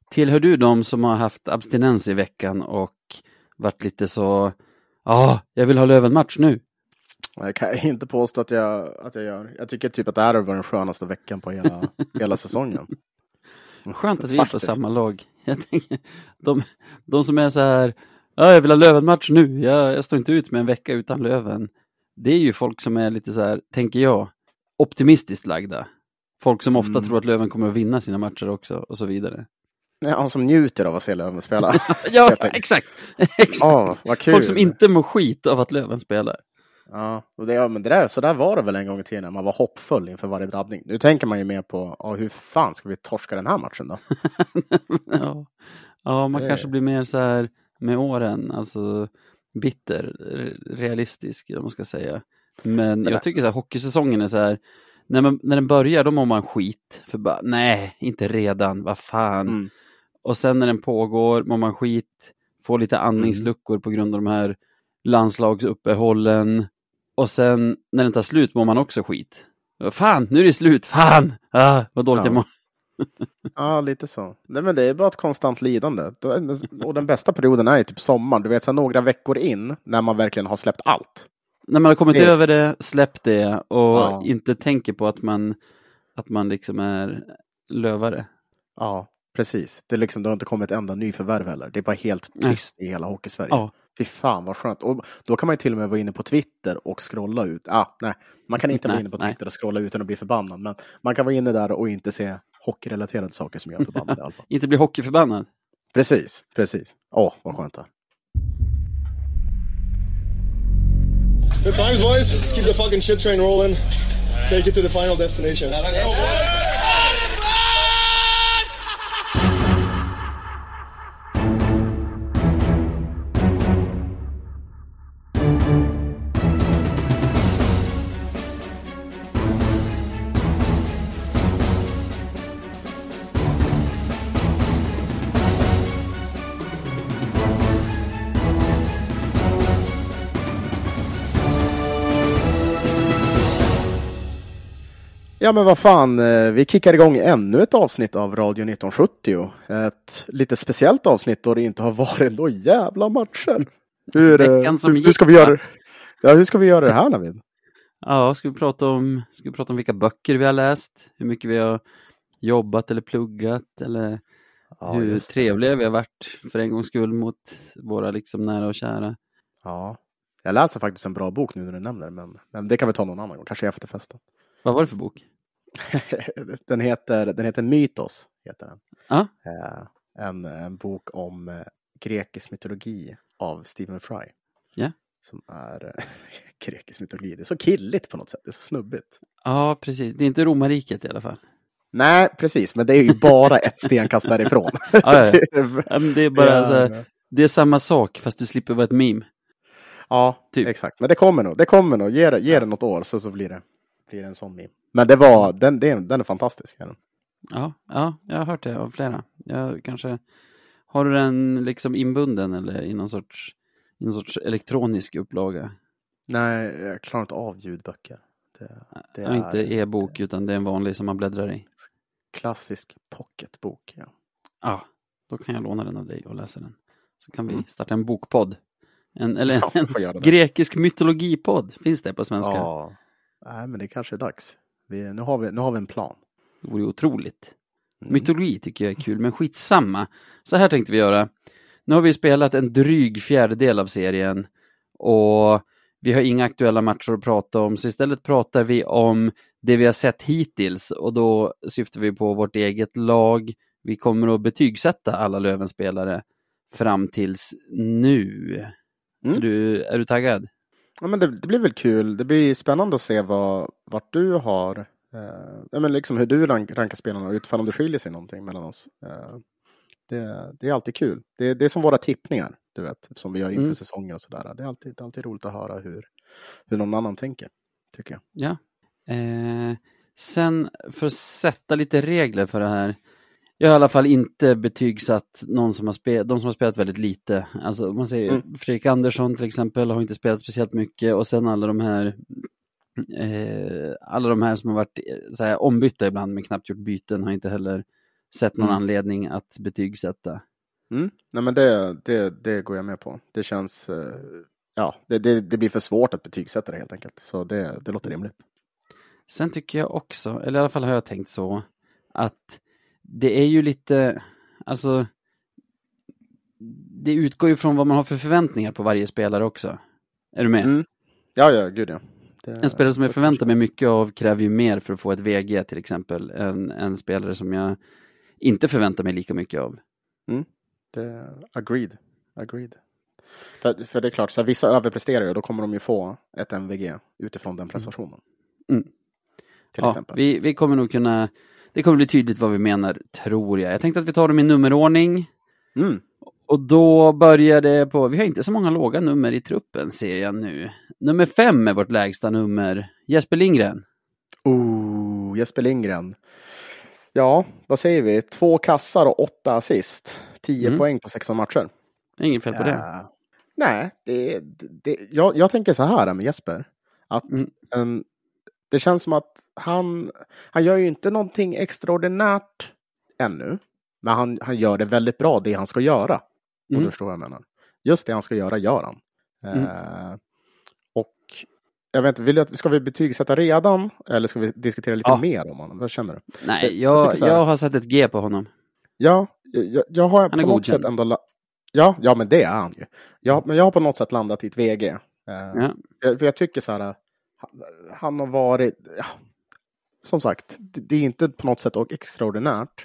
Tillhör du de som har haft abstinens i veckan och varit lite så, jag vill ha Löven-match nu? Jag kan inte påstå att jag gör. Jag tycker typ att det här var den skönaste veckan på hela säsongen. Skönt att vi är på samma lag. Jag tänker, de som är så här, jag vill ha Löven-match nu. Jag står inte ut med en vecka utan Löven. Det är ju folk som är lite så här, tänker jag, optimistiskt lagda. Folk som ofta tror att Löven kommer att vinna sina matcher också och så vidare. Ja, som njuter av att se Löven spela. Ja, exakt. Vad kul. Folk som inte mår skit av att Löven spelar. Ja, men det där, så där var det väl en gång i tiden när man var hoppfull inför varje drabbning. Nu tänker man ju mer på, hur fan ska vi torska den här matchen då? Man kanske blir mer så här med åren, alltså bitter, realistisk, om man ska säga. Men jag tycker så här, hockeysäsongen är så här, när den börjar då mår man skit. För bara, nej, inte redan, vad fan. Och sen när den pågår mår man skit, får lite andningsluckor på grund av de här landslagsuppehållen. Och sen när den tar slut mår man också skit. Fan, nu är det slut, fan! Vad dåligt jag mår. Ja, lite så. Nej, men det är bara ett konstant lidande. Och den bästa perioden är ju typ sommaren. Du vet, så några veckor in när man verkligen har släppt allt. När man har kommit över det, släppt det och inte tänker på att man liksom är lövare. Ja, precis. Det är liksom, det har inte kommit enda nyförvärv heller. det är bara helt tyst i hela Hockeysverige. Ja. Fy fan vad skönt. Och då kan man ju till och med vara inne på Twitter och scrolla ut. Nej, man kan inte vara inne på Twitter och scrolla utan att bli förbannad. Men man kan vara inne där och inte se hockeyrelaterade saker som gör förbannad i alla fall. Inte bli hockeyförbannad. Precis. Vad skönt det. Good times, boys. Let's keep the fucking shit train rolling. Take it to the final destination. Ja, men vad fan, vi kickar igång ännu ett avsnitt av Radio 1970. Ett lite speciellt avsnitt då det inte har varit några jävla matcher. Hur ska vi göra det här, Navid? Ja, ska vi prata om vilka böcker vi har läst, hur mycket vi har jobbat eller pluggat, eller hur trevliga vi har varit för en gångs skull mot våra liksom nära och kära. Ja, jag läser faktiskt en bra bok nu när du nämner det, men det kan vi ta någon annan gång, kanske efter festen. Vad var det för bok? Den heter Mythos, heter den. Ah? En bok om grekisk mytologi av Stephen Fry. Yeah. Som är grekisk mytologi. Det är så killigt på något sätt, det är så snubbigt. Ja, precis. Det är inte romarriket i alla fall. Nej, precis. Men det är ju bara ett stenkast därifrån. Ja. Det är bara så här, det är samma sak fast du slipper vara ett meme. Ja, typ. Exakt. Men det kommer nog. Ge det något år så blir det en sån meme. Men den är fantastisk. Ja, jag har hört det av flera. Jag kanske har du den liksom inbunden eller i någon sorts elektronisk upplaga? Nej, jag klarar inte av ljudböcker. Det är inte e-bok utan det är en vanlig som man bläddrar i. Klassisk pocketbok, ja. Ja, då kan jag låna den av dig och läsa den. Så kan vi starta en bokpodd. En grekisk mytologipodd. Finns det på svenska? Ja. Nej, men det kanske är dags. Nu har vi en plan. Det vore otroligt. Mytologi tycker jag är kul, men skitsamma. Så här tänkte vi göra. Nu har vi spelat en dryg fjärdedel av serien och vi har inga aktuella matcher att prata om, så istället pratar vi om det vi har sett hittills och då syftar vi på vårt eget lag. Vi kommer att betygsätta alla Lövenspelare fram tills nu. Är du taggad? Ja, men det blir väl kul. Det blir spännande att se vart du har men liksom hur du rankar spelarna utifrån om det skiljer sig någonting mellan oss. Det är alltid kul. Det är som våra tippningar, du vet, som vi gör inför säsonger och sådär. Det är alltid roligt att höra hur någon annan tänker, tycker jag. Ja. Sen för att sätta lite regler för det här. Jag har i alla fall inte betygsatt de som har spelat väldigt lite. Alltså man säger Fredrik Andersson till exempel har inte spelat speciellt mycket, och sen alla de här som har varit så här ombytta ibland men knappt gjort byten har inte heller sett någon anledning att betygsätta. Nej, men det går jag med på. Det känns, det blir för svårt att betygsätta det helt enkelt. Så det låter rimligt. Sen tycker jag också, eller i alla fall har jag tänkt så, att det är ju lite, alltså det utgår ju från vad man har för förväntningar på varje spelare också. Är du med? Ja, gud ja. En spelare som jag förväntar mig mycket av kräver ju mer för att få ett VG till exempel, än en spelare som jag inte förväntar mig lika mycket av. Agreed. För det är klart, så här, vissa överpresterar och då kommer de ju få ett MVG utifrån den prestationen. Till exempel. Vi kommer nog kunna, det kommer bli tydligt vad vi menar, tror jag. Jag tänkte att vi tar dem i nummerordning. Och då börjar det på, vi har inte så många låga nummer i truppen ser jag nu. Nummer 5 är vårt lägsta nummer. Jesper Lindgren. Jesper Lindgren. Ja, vad säger vi? 2 kassar och 8 assist. 10 poäng på 16 matcher. Det är ingen fel på det. Nej, jag tänker så här med Jesper. Att det känns som att han gör ju inte någonting extraordinärt ännu. Men han gör det väldigt bra, det han ska göra. Om du förstår vad jag menar. Just det han ska göra, gör han. Och jag vet inte, ska vi betygsätta redan? Eller ska vi diskutera lite mer om honom? Vad känner du? Nej, jag har satt ett G på honom. Ja, jag har på något sätt ändå... Ja, men det är han ju. Men jag har på något sätt landat i ett VG. För jag tycker så här... Han har varit... Ja, som sagt, det är inte på något sätt extraordinärt.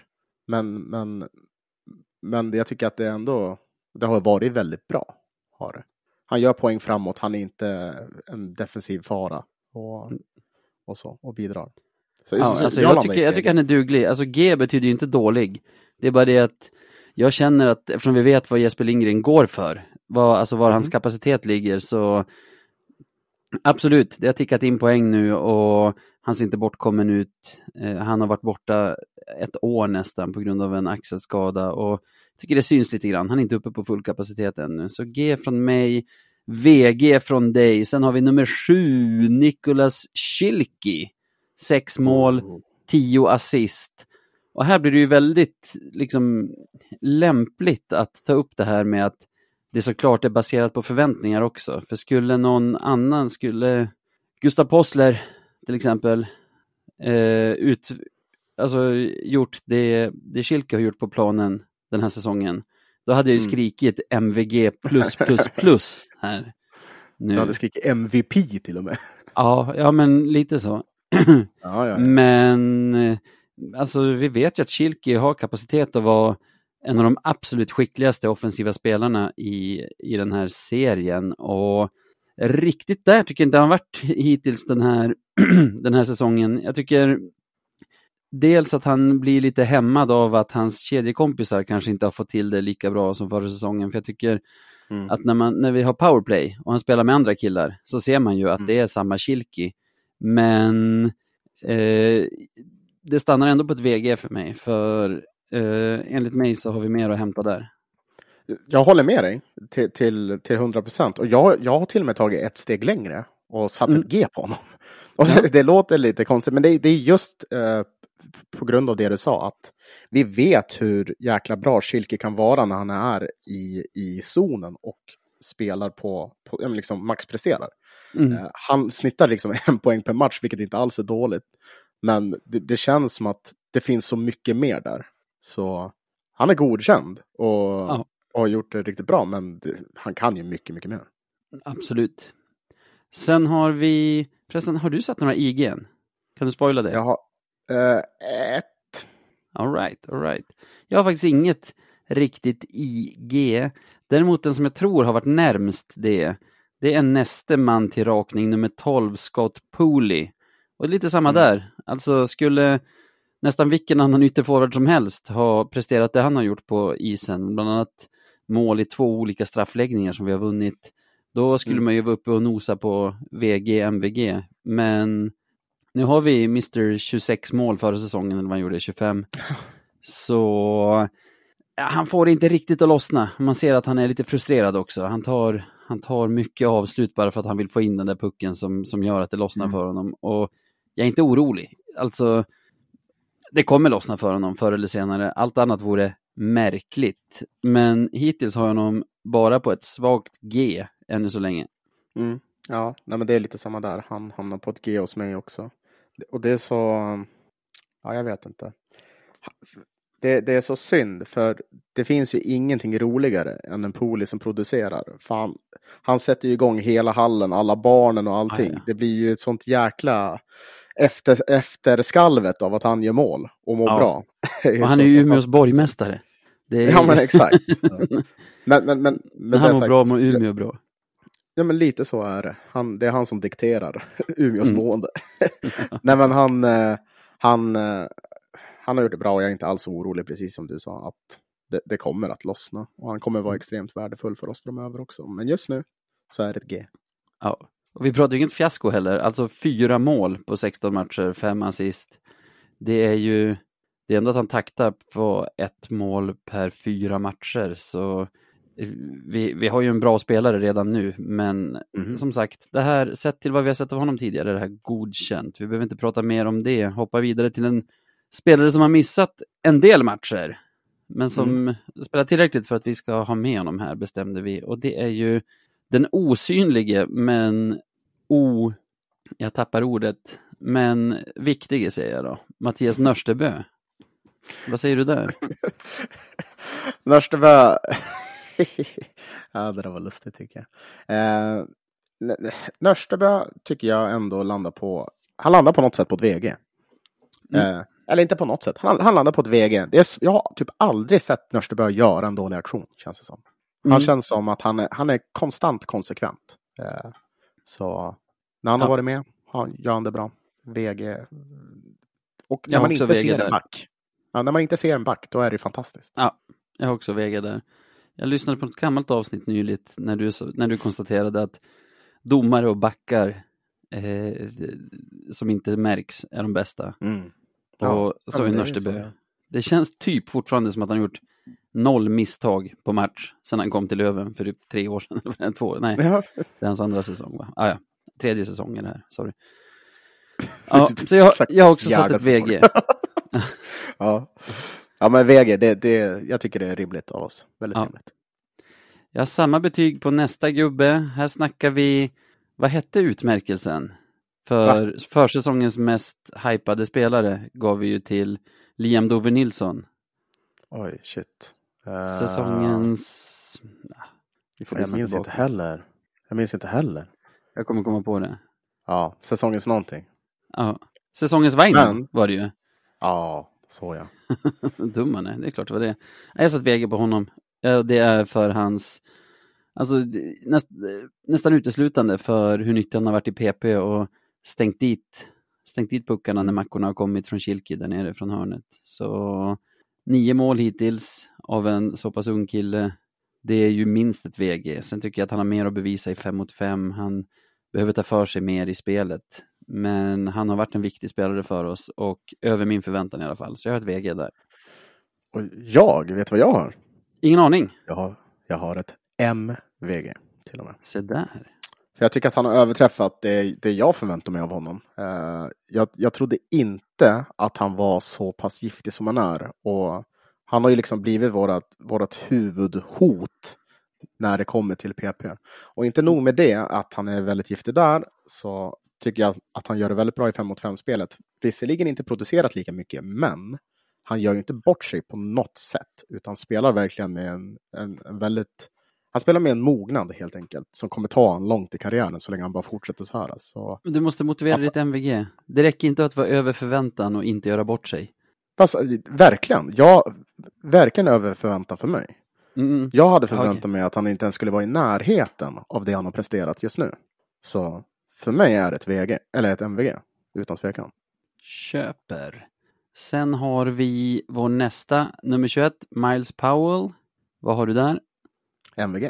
Men jag tycker att det ändå... Det har varit väldigt bra. Har det. Han gör poäng framåt. Han är inte en defensiv fara. Och bidrar. Jag tycker han är duglig. Alltså G betyder ju inte dålig. Det är bara det att jag känner att eftersom vi vet vad Jesper Lindgren går för. Var hans kapacitet ligger, så absolut, det har tickat in poäng nu och han ser inte bortkommen ut. Han har varit borta 1 år nästan på grund av en axelskada och jag tycker det syns lite grann. Han är inte uppe på full kapacitet ännu. Så G från mig, VG från dig. Sen har vi nummer 7, Nicolas Schilke. 6 mål, 10 assist. Och här blir det ju väldigt liksom lämpligt att ta upp det här med att det såklart är baserat på förväntningar också. För skulle någon annan, Gustav Possler till exempel gjort det Schilke har gjort på planen den här säsongen, då hade jag ju skrikit MVG+++ här. Nu. Du hade skrikit MVP till och med. Ja, men lite så. Ja. Men alltså vi vet ju att Schilke har kapacitet att vara en av de absolut skickligaste offensiva spelarna i den här serien, och riktigt där tycker jag inte han varit hittills den här säsongen. Jag tycker dels att han blir lite hämmad av att hans kedjekompisar kanske inte har fått till det lika bra som förra säsongen, för jag tycker att när vi har powerplay och han spelar med andra killar så ser man ju att det är samma Schilke, men det stannar ändå på ett VG för mig, för enligt mig så har vi mer att hämta där. Jag håller med dig till 100%, och jag har till och med tagit ett steg längre och satt ett G på honom. Och det låter lite konstigt, men det är just på grund av det du sa, att vi vet hur jäkla bra Schilke kan vara när han är i zonen och spelar på liksom maxpresterar. Han snittar liksom 1 poäng per match, vilket inte alls är dåligt. Men det känns som att det finns så mycket mer där. Så han är godkänd och har gjort det riktigt bra, men han kan ju mycket, mycket mer. Absolut. Sen har vi... Förresten, har du satt några IG:n? Kan du spoila det? Jag har 1. All right. Jag har faktiskt inget riktigt IG. Däremot den som jag tror har varit närmst det är näste man till rakning, nummer 12, Scott Pooley. Och lite samma där. Alltså skulle nästan vilken annan ytterforward som helst ha presterat det han har gjort på isen, bland annat mål i 2 olika straffläggningar som vi har vunnit, då skulle man ju vara uppe och nosa på VG, MVG. Men nu har vi Mr. 26 mål förra säsongen, eller vad han gjorde, 25. Så han får inte riktigt att lossna. Man ser att han är lite frustrerad också. Han tar mycket avslut bara för att han vill få in den där pucken som gör att det lossnar för honom. Och jag är inte orolig. Alltså, det kommer lossna för honom förr eller senare. Allt annat vore märkligt. Men hittills har jag honom bara på ett svagt G ännu så länge. Ja, nej, men det är lite samma där. Han hamnar på ett G hos mig också. Och det är så... Ja, jag vet inte. Det är så synd, för det finns ju ingenting roligare än en poli som producerar. Fan, han sätter ju igång hela hallen, alla barnen och allting. Ja. Det blir ju ett sånt jäkla efterskalvet av att han gör mål och mår bra. Och han är ju Umeås borgmästare. Det är... Ja, men exakt. men han mår bra, mår Umeå bra. Ja, men lite så är det. Det är han som dikterar Umeås mående. Nej, men han har gjort det bra och jag är inte alls orolig, precis som du sa, att det kommer att lossna. Och han kommer vara extremt värdefull för oss framöver också. Men just nu så är det ett G. Ja, och vi pratar ju inget fiasko heller. Alltså 4 mål på 16 matcher, 5 assist. Det är ändå att han taktar på 1 mål per 4 matcher. Så vi har ju en bra spelare redan nu. Men som sagt, det här, sett till vad vi har sett av honom tidigare, det här godkänt. Vi behöver inte prata mer om det. Hoppa vidare till en spelare som har missat en del matcher. Men som spelar tillräckligt för att vi ska ha med honom här, bestämde vi. Och det är ju den osynlige, men jag tappar ordet, men viktige säger jag då. Mattias Nörstebø. Vad säger du där? Nörstebø. Ja, det där var lustigt tycker jag. Nörstebø tycker jag ändå landar på något sätt på ett VG. Eller inte på något sätt. Han landar på ett VG. Jag har typ aldrig sett Nörstebø göra en dålig aktion, känns det som. Han känns som att han är konstant konsekvent. Så när han har varit med gör han det bra. VG. Och när man inte ser en back. Ja, när man inte ser en back, då är det fantastiskt. Ja, jag har också VG där. Jag lyssnade på ett gammalt avsnitt nyligt när du konstaterade att domare och backar som inte märks är de bästa. Och så är Nörstebø. Det känns typ fortfarande som att han gjort 0 misstag på match sedan han kom till Löven för typ 3 år sedan. Det är hans andra säsong, va? Ja, 3:e säsong är det här, sorry. Ja, så jag har också satt ett VG. Ja, men VG, jag tycker det är rimligt av oss. Väldigt rimligt. Jag har samma betyg på nästa gubbe. Här snackar vi, vad hette utmärkelsen? För försäsongens mest hypade spelare gav vi ju till Liam Dover Nilsson. Oj, shit. Säsongens... Jag minns inte heller. Jag kommer komma på det. Ja, säsongens någonting. Ja, säsongens Weinen var det ju. Ja, så ja. Dummarna, det är klart det var det. Jag har satt VG på honom. Det är för hans... Alltså nästan uteslutande för hur nyttig han har varit i PP och stängt dit puckarna när mackorna har kommit från Kilki där nere från hörnet. Så 9 mål hittills av en så pass ung kille. Det är ju minst ett VG. Sen tycker jag att han har mer att bevisa i 5 mot 5. Han behöver ta för sig mer i spelet. Men han har varit en viktig spelare för oss och över min förväntan i alla fall. Så jag har ett VG där. Och vet vad jag har? Ingen aning. Jag har ett MVG till och med. Se där. För jag tycker att han har överträffat det jag förväntar mig av honom. Jag trodde inte att han var så pass giftig som han är. Och han har ju liksom blivit vårat huvudhot när det kommer till PP. Och inte nog med det att han är väldigt giftig där, så tycker jag att han gör det väldigt bra i 5 mot 5-spelet. Visserligen inte producerat lika mycket, men han gör ju inte bort sig på något sätt. Utan spelar verkligen med en väldigt... Han spelar med en mognad helt enkelt, som kommer ta han långt i karriären så länge han bara fortsätter så här. Så... Du måste motivera ditt MVG. Det räcker inte att vara över förväntan och inte göra bort sig. Fast verkligen, verkligen över förväntan för mig. Jag hade förväntat mig att han inte ens skulle vara i närheten av det han har presterat just nu. Så för mig är det ett VG, eller ett MVG, utan tvekan. Köper. Sen har vi vår nästa, nummer 21, Miles Powell. Vad har du där? MVG.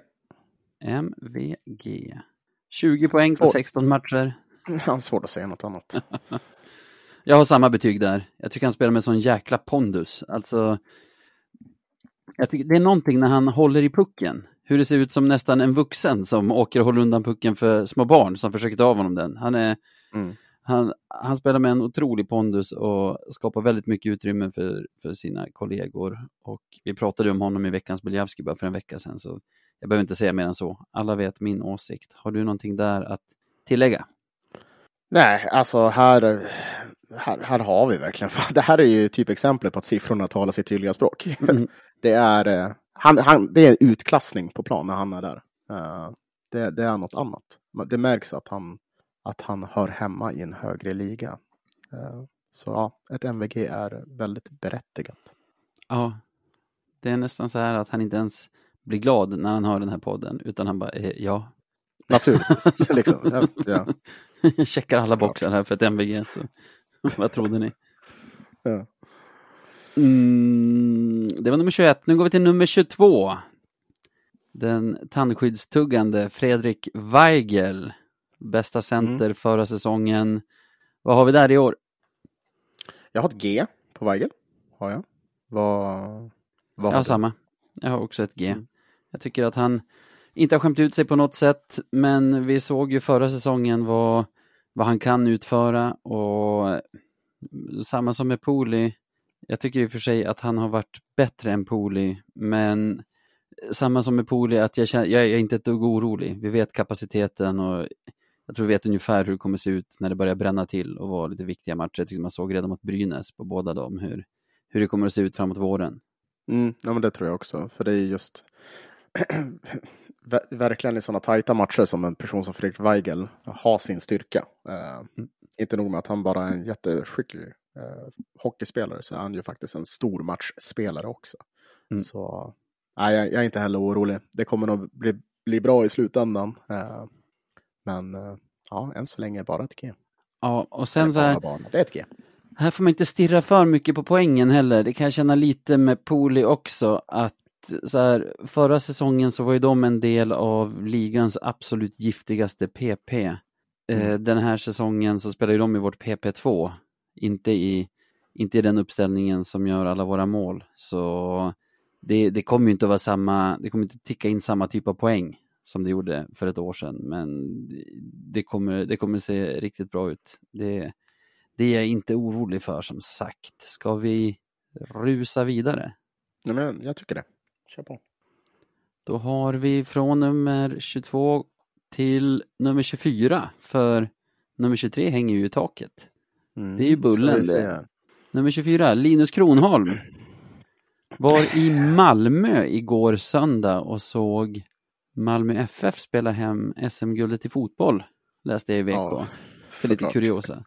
20 poäng på 16 matcher. Han är svårt att säga något annat. Jag har samma betyg där. Jag tycker han spelar med sån jäkla pondus. Alltså, jag tycker det är någonting när han håller i pucken. Hur det ser ut som nästan en vuxen som åker och håller undan pucken för små barn som försöker ta av honom den. Han Han spelar med en otrolig pondus och skapar väldigt mycket utrymme för sina kollegor. Och vi pratade om honom i veckans Biljavski bara för en vecka sedan, så jag behöver inte säga mer än så. Alla vet min åsikt. Har du någonting där att tillägga? Nej, alltså här har vi verkligen. Det här är ju typ exempel på att siffrorna talar sitt tydliga språk. Mm. Det är det är en utklassning på plan när han är där. Det är något annat. Det märks att han hör hemma i en högre liga. Så ja, ett MVG är väldigt berättigat. Ja, det är nästan så här att han inte ens blir glad när han hör den här podden, utan han bara, ja. Naturligtvis. Liksom. Ja. Jag checkar alla boxar här för ett MVG. Så. Vad trodde ni? Ja. Det var nummer 21. Nu går vi till nummer 22. Den tandskyddstuggande Fredrik Weigel. Bästa center förra säsongen. Vad har vi där i år? Jag har ett G på Weigel. Har jag. Vad jag har samma. Jag har också ett G. Jag tycker att han inte har skämt ut sig på något sätt. Men vi såg ju förra säsongen vad han kan utföra. Och samma som med Poli. Jag tycker i och för sig att han har varit bättre än Poli. Men samma som med Poli, att jag är inte ett dugg orolig. Vi vet kapaciteten och jag tror vi vet ungefär hur det kommer se ut när det börjar bränna till och vara lite viktiga matcher. Jag tycker man såg redan mot Brynäs på båda dem hur det kommer att se ut framåt våren. Ja, men det tror jag också. För det är just verkligen i sådana tajta matcher som en person som Fredrik Weigel har sin styrka. Inte nog med att han bara är en jätteskicklig hockeyspelare, så är han ju faktiskt en stor matchspelare också. Så nej, jag är inte heller orolig. Det kommer nog bli bra i slutändan. Men ja, än så länge bara ett G. Ja, och sen så här, det är ett G. Här får man inte stirra för mycket på poängen heller. Det kan jag känna lite med Poli också, att så här, förra säsongen så var ju de en del av ligans absolut giftigaste PP. Den här säsongen så spelar ju de i vårt PP2, inte i den uppställningen som gör alla våra mål. Så det kommer ju inte att vara samma, det kommer inte ticka in samma typ av poäng som det gjorde för ett år sedan, men det kommer se riktigt bra ut. Det är jag inte orolig för, som sagt. Ska vi rusa vidare? Nej, men jag tycker det. Kör på. Då har vi från nummer 22 till nummer 24, för nummer 23 hänger ju i taket. Det är ju bullen det. Nummer 24, Linus Kronholm, var i Malmö igår söndag och såg Malmö FF spela hem SM-guldet i fotboll, läste jag i VK. Ja, för lite kuriosa.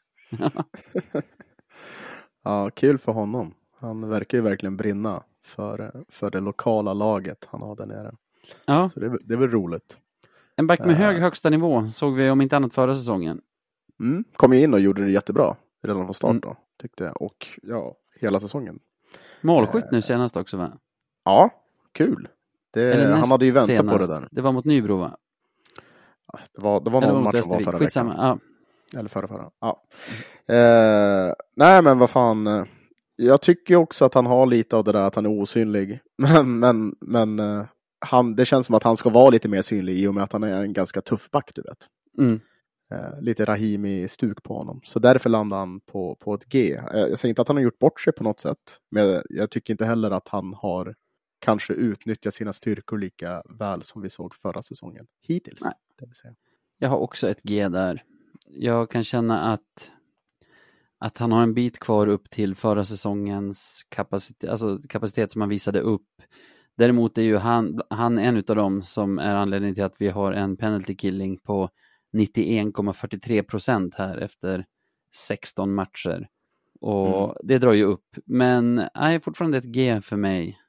Ja, kul för honom. Han verkar ju verkligen brinna för det lokala laget han har där nere. Ja. Så det är väl roligt. En back med hög högsta nivå såg vi om inte annat förra säsongen. Kom ju in och gjorde det jättebra redan från start då, tyckte jag. Och ja, hela säsongen. Målskytt nu senast också, va? Ja, kul. Han hade ju väntat senast på det där. Det var mot Nybro, va? Det var någon match som var förra veckan. Ja. Eller förra. Ja. Nej, men vad fan. Jag tycker också att han har lite av det där att han är osynlig. Men det känns som att han ska vara lite mer synlig i och med att han är en ganska tuff back, du vet. Lite Rahimi-stuk på honom. Så därför landar han på ett G. Jag säger inte att han har gjort bort sig på något sätt. Men jag tycker inte heller att han har kanske utnyttjat sina styrkor lika väl som vi såg förra säsongen. Hittills. Nej. Det vill säga. Jag har också ett G där. Jag kan känna att han har en bit kvar upp till förra säsongens kapacitet som han visade upp. Däremot är ju han en av dem som är anledningen till att vi har en penalty killing på 91,43% här efter 16 matcher. Och det drar ju upp. Men fortfarande ett G för mig.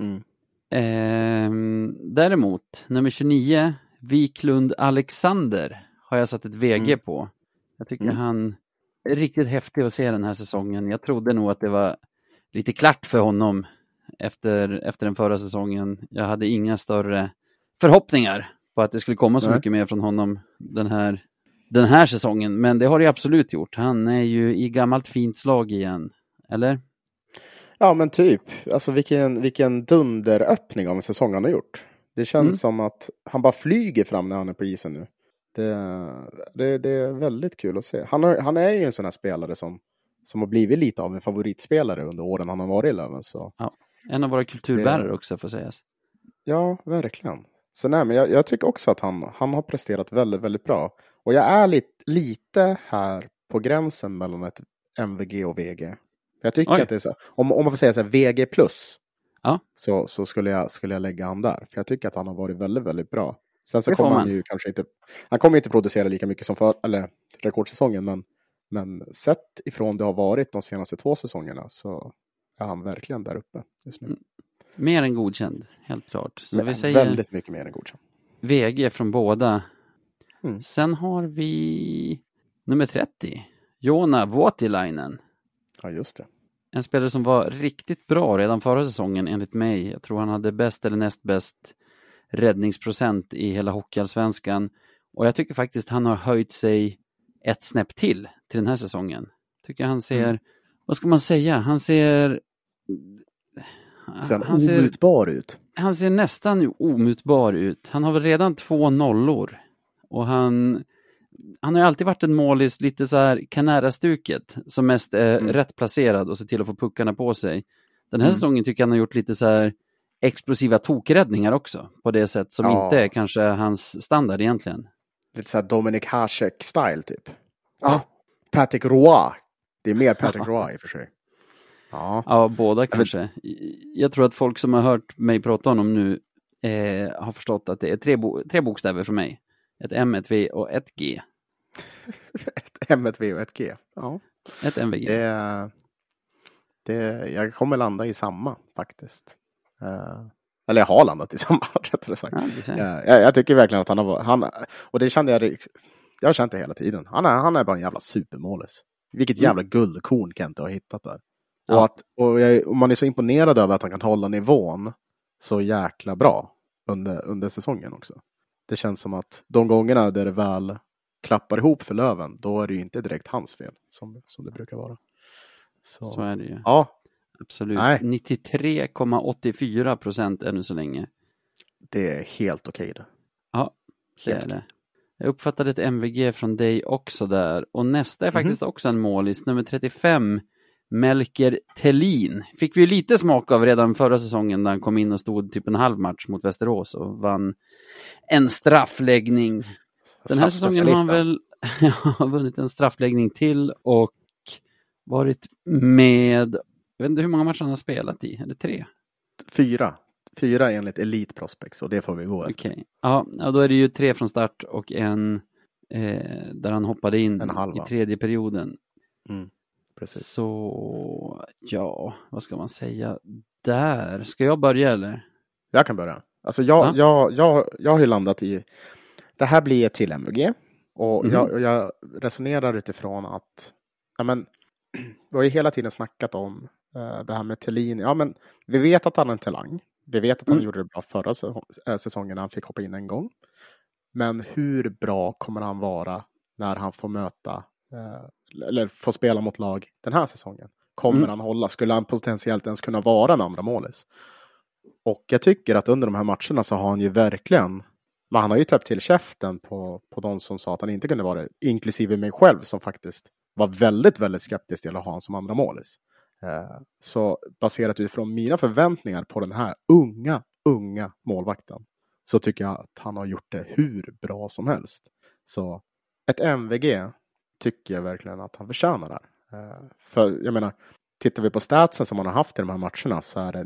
Däremot, nummer 29, Wiklund Alexander, har jag satt ett VG på. Jag tycker han är riktigt häftig att se den här säsongen. Jag trodde nog att det var lite klart för honom efter den förra säsongen. Jag hade inga större förhoppningar på att det skulle komma så mycket mer från honom den här säsongen. Men det har det absolut gjort. Han är ju i gammalt fint slag igen. Eller? Ja, men typ. Alltså vilken dunderöppning av en säsong han har gjort. Det känns som att han bara flyger fram när han är på isen nu. Det är väldigt kul att se. Han är ju en sån här spelare som har blivit lite av en favoritspelare under åren han har varit i Löven. Så. Ja, en av våra kulturbärare också får sägas. Ja, verkligen. Så nej, men jag tycker också att han har presterat väldigt, väldigt bra. Och jag är lite här på gränsen mellan ett MVG och VG. Jag tycker att det är så, om man får säga så här, VG plus, så skulle jag lägga han där. För jag tycker att han har varit väldigt, väldigt bra. Sen så kommer han ju kanske inte, han kommer inte producera lika mycket som rekordsäsongen, men sett ifrån det har varit de senaste 2 säsongerna så är han verkligen där uppe just nu. Mer än godkänd, helt klart. Så men vi säger väldigt mycket mer än godkänd. VG från båda. Sen har vi nummer 30, Joona Voutilainen. Ja, just det. En spelare som var riktigt bra redan förra säsongen enligt mig. Jag tror han hade bäst eller näst bäst räddningsprocent i hela hockeyallsvenskan. Och jag tycker faktiskt han har höjt sig ett snäpp till den här säsongen. Tycker han ser, vad ska man säga? Han ser omutbar ut. Han ser nästan omutbar ut. Han har väl redan 2 nollor. Och han har ju alltid varit en målis lite så här Kanara-stuket som mest är rätt placerad och ser till att få puckarna på sig. Den här säsongen tycker jag han har gjort lite så här explosiva tokräddningar också på det sätt som inte är kanske hans standard egentligen. Lite så här Dominik Hasek-style typ. Patrick Roy. Det är mer Patrick Roy i och för sig. Ja, båda kanske. Jag tror att folk som har hört mig prata om honom nu har förstått att det är 3 bokstäver för mig. Ett M, ett V och ett G. Ett M, ett V och ett G. Ja. Ett MVG. Jag kommer landa i samma faktiskt. Eller jag har landat i samma, rättare sagt. Jag tycker verkligen att han och det kände jag har känt det hela tiden. Han är bara en jävla supermålis. Vilket jävla guldkorn Kent har hittat där. Ja. Och man är så imponerad över att han kan hålla nivån så jäkla bra under säsongen också. Det känns som att de gångerna där det väl klappar ihop för Löven, då är det ju inte direkt hans fel som det brukar vara. Så är det ju. Ja. Absolut. 93,84% ännu så länge. Det är helt okej det. Ja, det är det. Jag uppfattade ett MVG från dig också där. Och nästa är faktiskt också en målis. Nummer 35, Melker Thelin. Fick vi lite smak av redan förra säsongen när han kom in och stod typ en halv match mot Västerås och vann en straffläggning. Den här säsongen har han väl vunnit en straffläggning till och varit med, jag vet inte hur många matcher han har spelat i. Är det 3? 4 enligt Elite Prospects och det får vi gå efter. Okej. Ja, då är det ju 3 från start och en där han hoppade in i tredje perioden. Precis. Så ja, vad ska man säga där? Ska jag börja eller? Jag kan börja. Alltså jag har ju landat i, det här blir ett till MVG och jag resonerar utifrån att vi har ju hela tiden snackat om det här med Thelin. Ja, men vi vet att han är en talang. Vi vet att han gjorde det bra förra säsongen när han fick hoppa in en gång. Men hur bra kommer han vara när han får möta eller får spela mot lag den här säsongen? Kommer han hålla? Skulle han potentiellt ens kunna vara en andra målis? Och jag tycker att under de här matcherna så har han ju verkligen, han har ju täppt till käften på de som sa att han inte kunde vara det, inklusive mig själv som faktiskt var väldigt, väldigt skeptisk till att ha honom som andra målis. Så baserat utifrån mina förväntningar på den här unga målvakten så tycker jag att han har gjort det hur bra som helst. Så ett MVG tycker jag verkligen att han förtjänar där. För jag menar, tittar vi på statsen som man har haft i de här matcherna så är det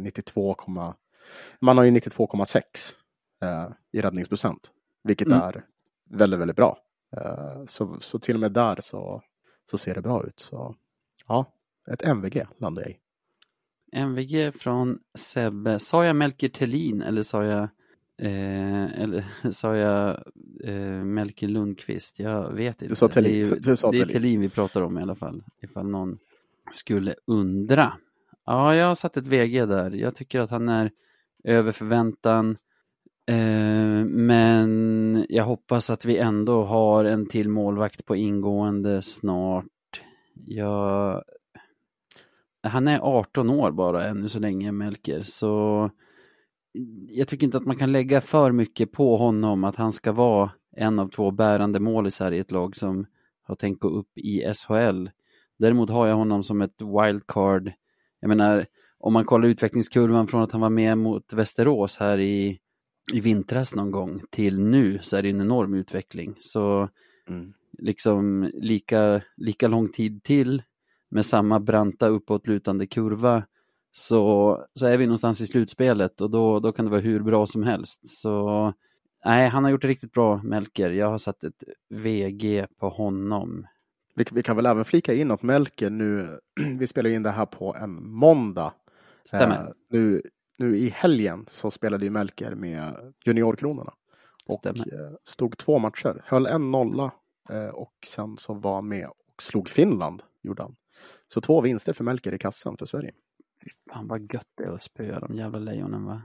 92,6 i räddningsprocent. Vilket är väldigt, väldigt bra. Så till och med där så ser det bra ut. Så ja, ett MVG landar jag i. MVG från Sebbe. Sa jag Melker Thelin eller sa jag Melker Lundqvist? Jag vet inte. Du sa Thelin. Det är Thelin vi pratar om i alla fall. Ifall någon skulle undra. Ja, jag har satt ett VG där. Jag tycker att han är över förväntan. Men jag hoppas att vi ändå har en till målvakt på ingående snart. Han är 18 år bara ännu så länge, Melker. Så jag tycker inte att man kan lägga för mycket på honom att han ska vara en av 2 bärande målisar i ett lag som har tänkt gå upp i SHL. Däremot har jag honom som ett wildcard. Jag menar, om man kollar utvecklingskurvan från att han var med mot Västerås här i vintras någon gång till nu, så är det en enorm utveckling. Så liksom lika lång tid till med samma branta uppåtlutande kurva, så är vi någonstans i slutspelet, och då kan det vara hur bra som helst. Så nej, han har gjort det riktigt bra, Melker. Jag har satt ett VG på honom. Vi kan väl även flika in att Melker nu, vi spelar in det här på en måndag. Stämmer. Nu i helgen så spelade ju Melker med juniorkronorna. Och stod 2 matcher. Höll 1-0 och sen så var med och slog Finland, gjorde han. Så 2 vinster för Melker i kassan för Sverige. Fan vad gött det är att spöa de jävla lejonen, va?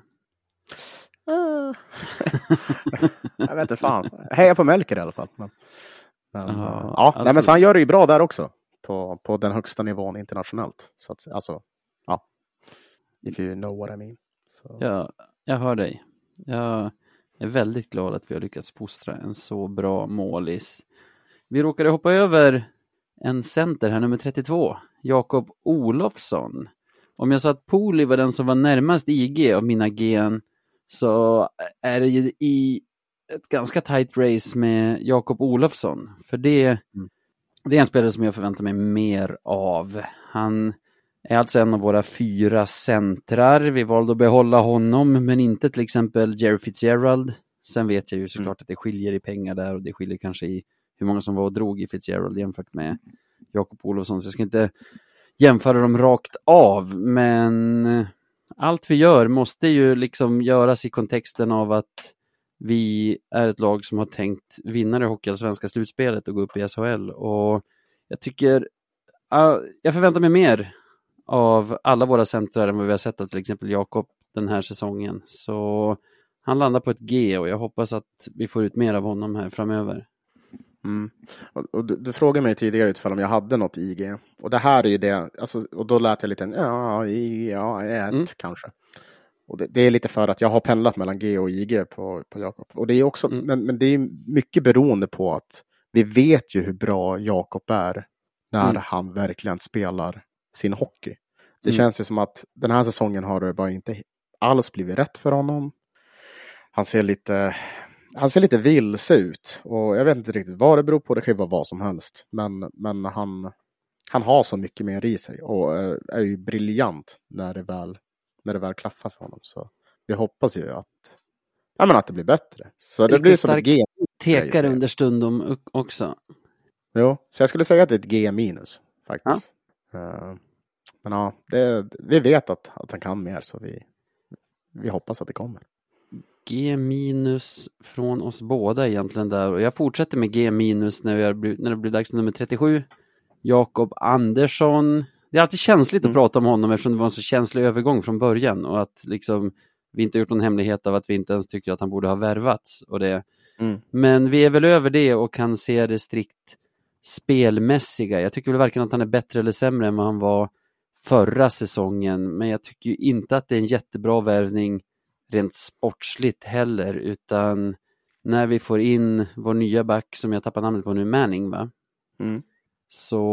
Jag vet inte fan. Heja på Melker i alla fall. Men alltså, nej, men så han gör det ju bra där också. På den högsta nivån internationellt. Så att, alltså, ja. If you know what I mean. Så. Ja, jag hör dig. Jag är väldigt glad att vi har lyckats fostra en så bra målis. Vi råkade hoppa över en center här, nummer 32. Jakob Olofsson. Om jag sa att Poli var den som var närmast IG av mina gen, så är det ju i ett ganska tight race med Jakob Olofsson. För det är en spelare som jag förväntar mig mer av. Han är alltså en av våra 4 centrar. Vi valde att behålla honom, men inte till exempel Jerry Fitzgerald. Sen vet jag ju såklart att det skiljer i pengar där, och det skiljer kanske i hur många som var och drog i Fitzgerald jämfört med Jakob Olofsson. Så jag ska inte jämföra dem rakt av, men allt vi gör måste ju liksom göras i kontexten av att vi är ett lag som har tänkt vinna det hockeyallsvenska slutspelet och gå upp i SHL. Och jag tycker, jag förväntar mig mer av alla våra centrar än vad vi har sett av till exempel Jakob den här säsongen. Så han landar på ett G, och jag hoppas att vi får ut mer av honom här framöver. Och du frågade mig tidigare utifall om jag hade något IG. Och det här är ju det, alltså, och då lät jag lite kanske. Och det är lite för att jag har pendlat mellan G och IG på Jakob. Och det är också, men det är mycket beroende på att vi vet ju hur bra Jakob är när han verkligen spelar sin hockey. Det känns ju som att den här säsongen har det bara inte alls blivit rätt för honom. Han ser lite vilse ut, och jag vet inte riktigt vad det beror på. Det kan ju vara vad som helst, men han har så mycket mer i sig och är ju briljant när det väl klaffar för honom. Så vi hoppas ju att det blir bättre. Så det blir som ett G. Tekar under stundom också. Jo, så jag skulle säga att det är ett G- faktiskt. Men ja, vi vet att han kan mer, så vi hoppas att det kommer. G- från oss båda egentligen där. Och jag fortsätter med G- när det blir dags för nummer 37. Jakob Andersson. Det är alltid känsligt att prata om honom, eftersom det var en så känslig övergång från början. Och att liksom, vi inte gjort någon hemlighet av att vi inte ens tycker att han borde ha värvats. Och det. Men vi är väl över det och kan se det strikt spelmässiga. Jag tycker väl varken att han är bättre eller sämre än vad han var förra säsongen. Men jag tycker ju inte att det är en jättebra värvning rent sportsligt heller, utan när vi får in vår nya back, som jag tappar namnet på nu, Manning, va? Så,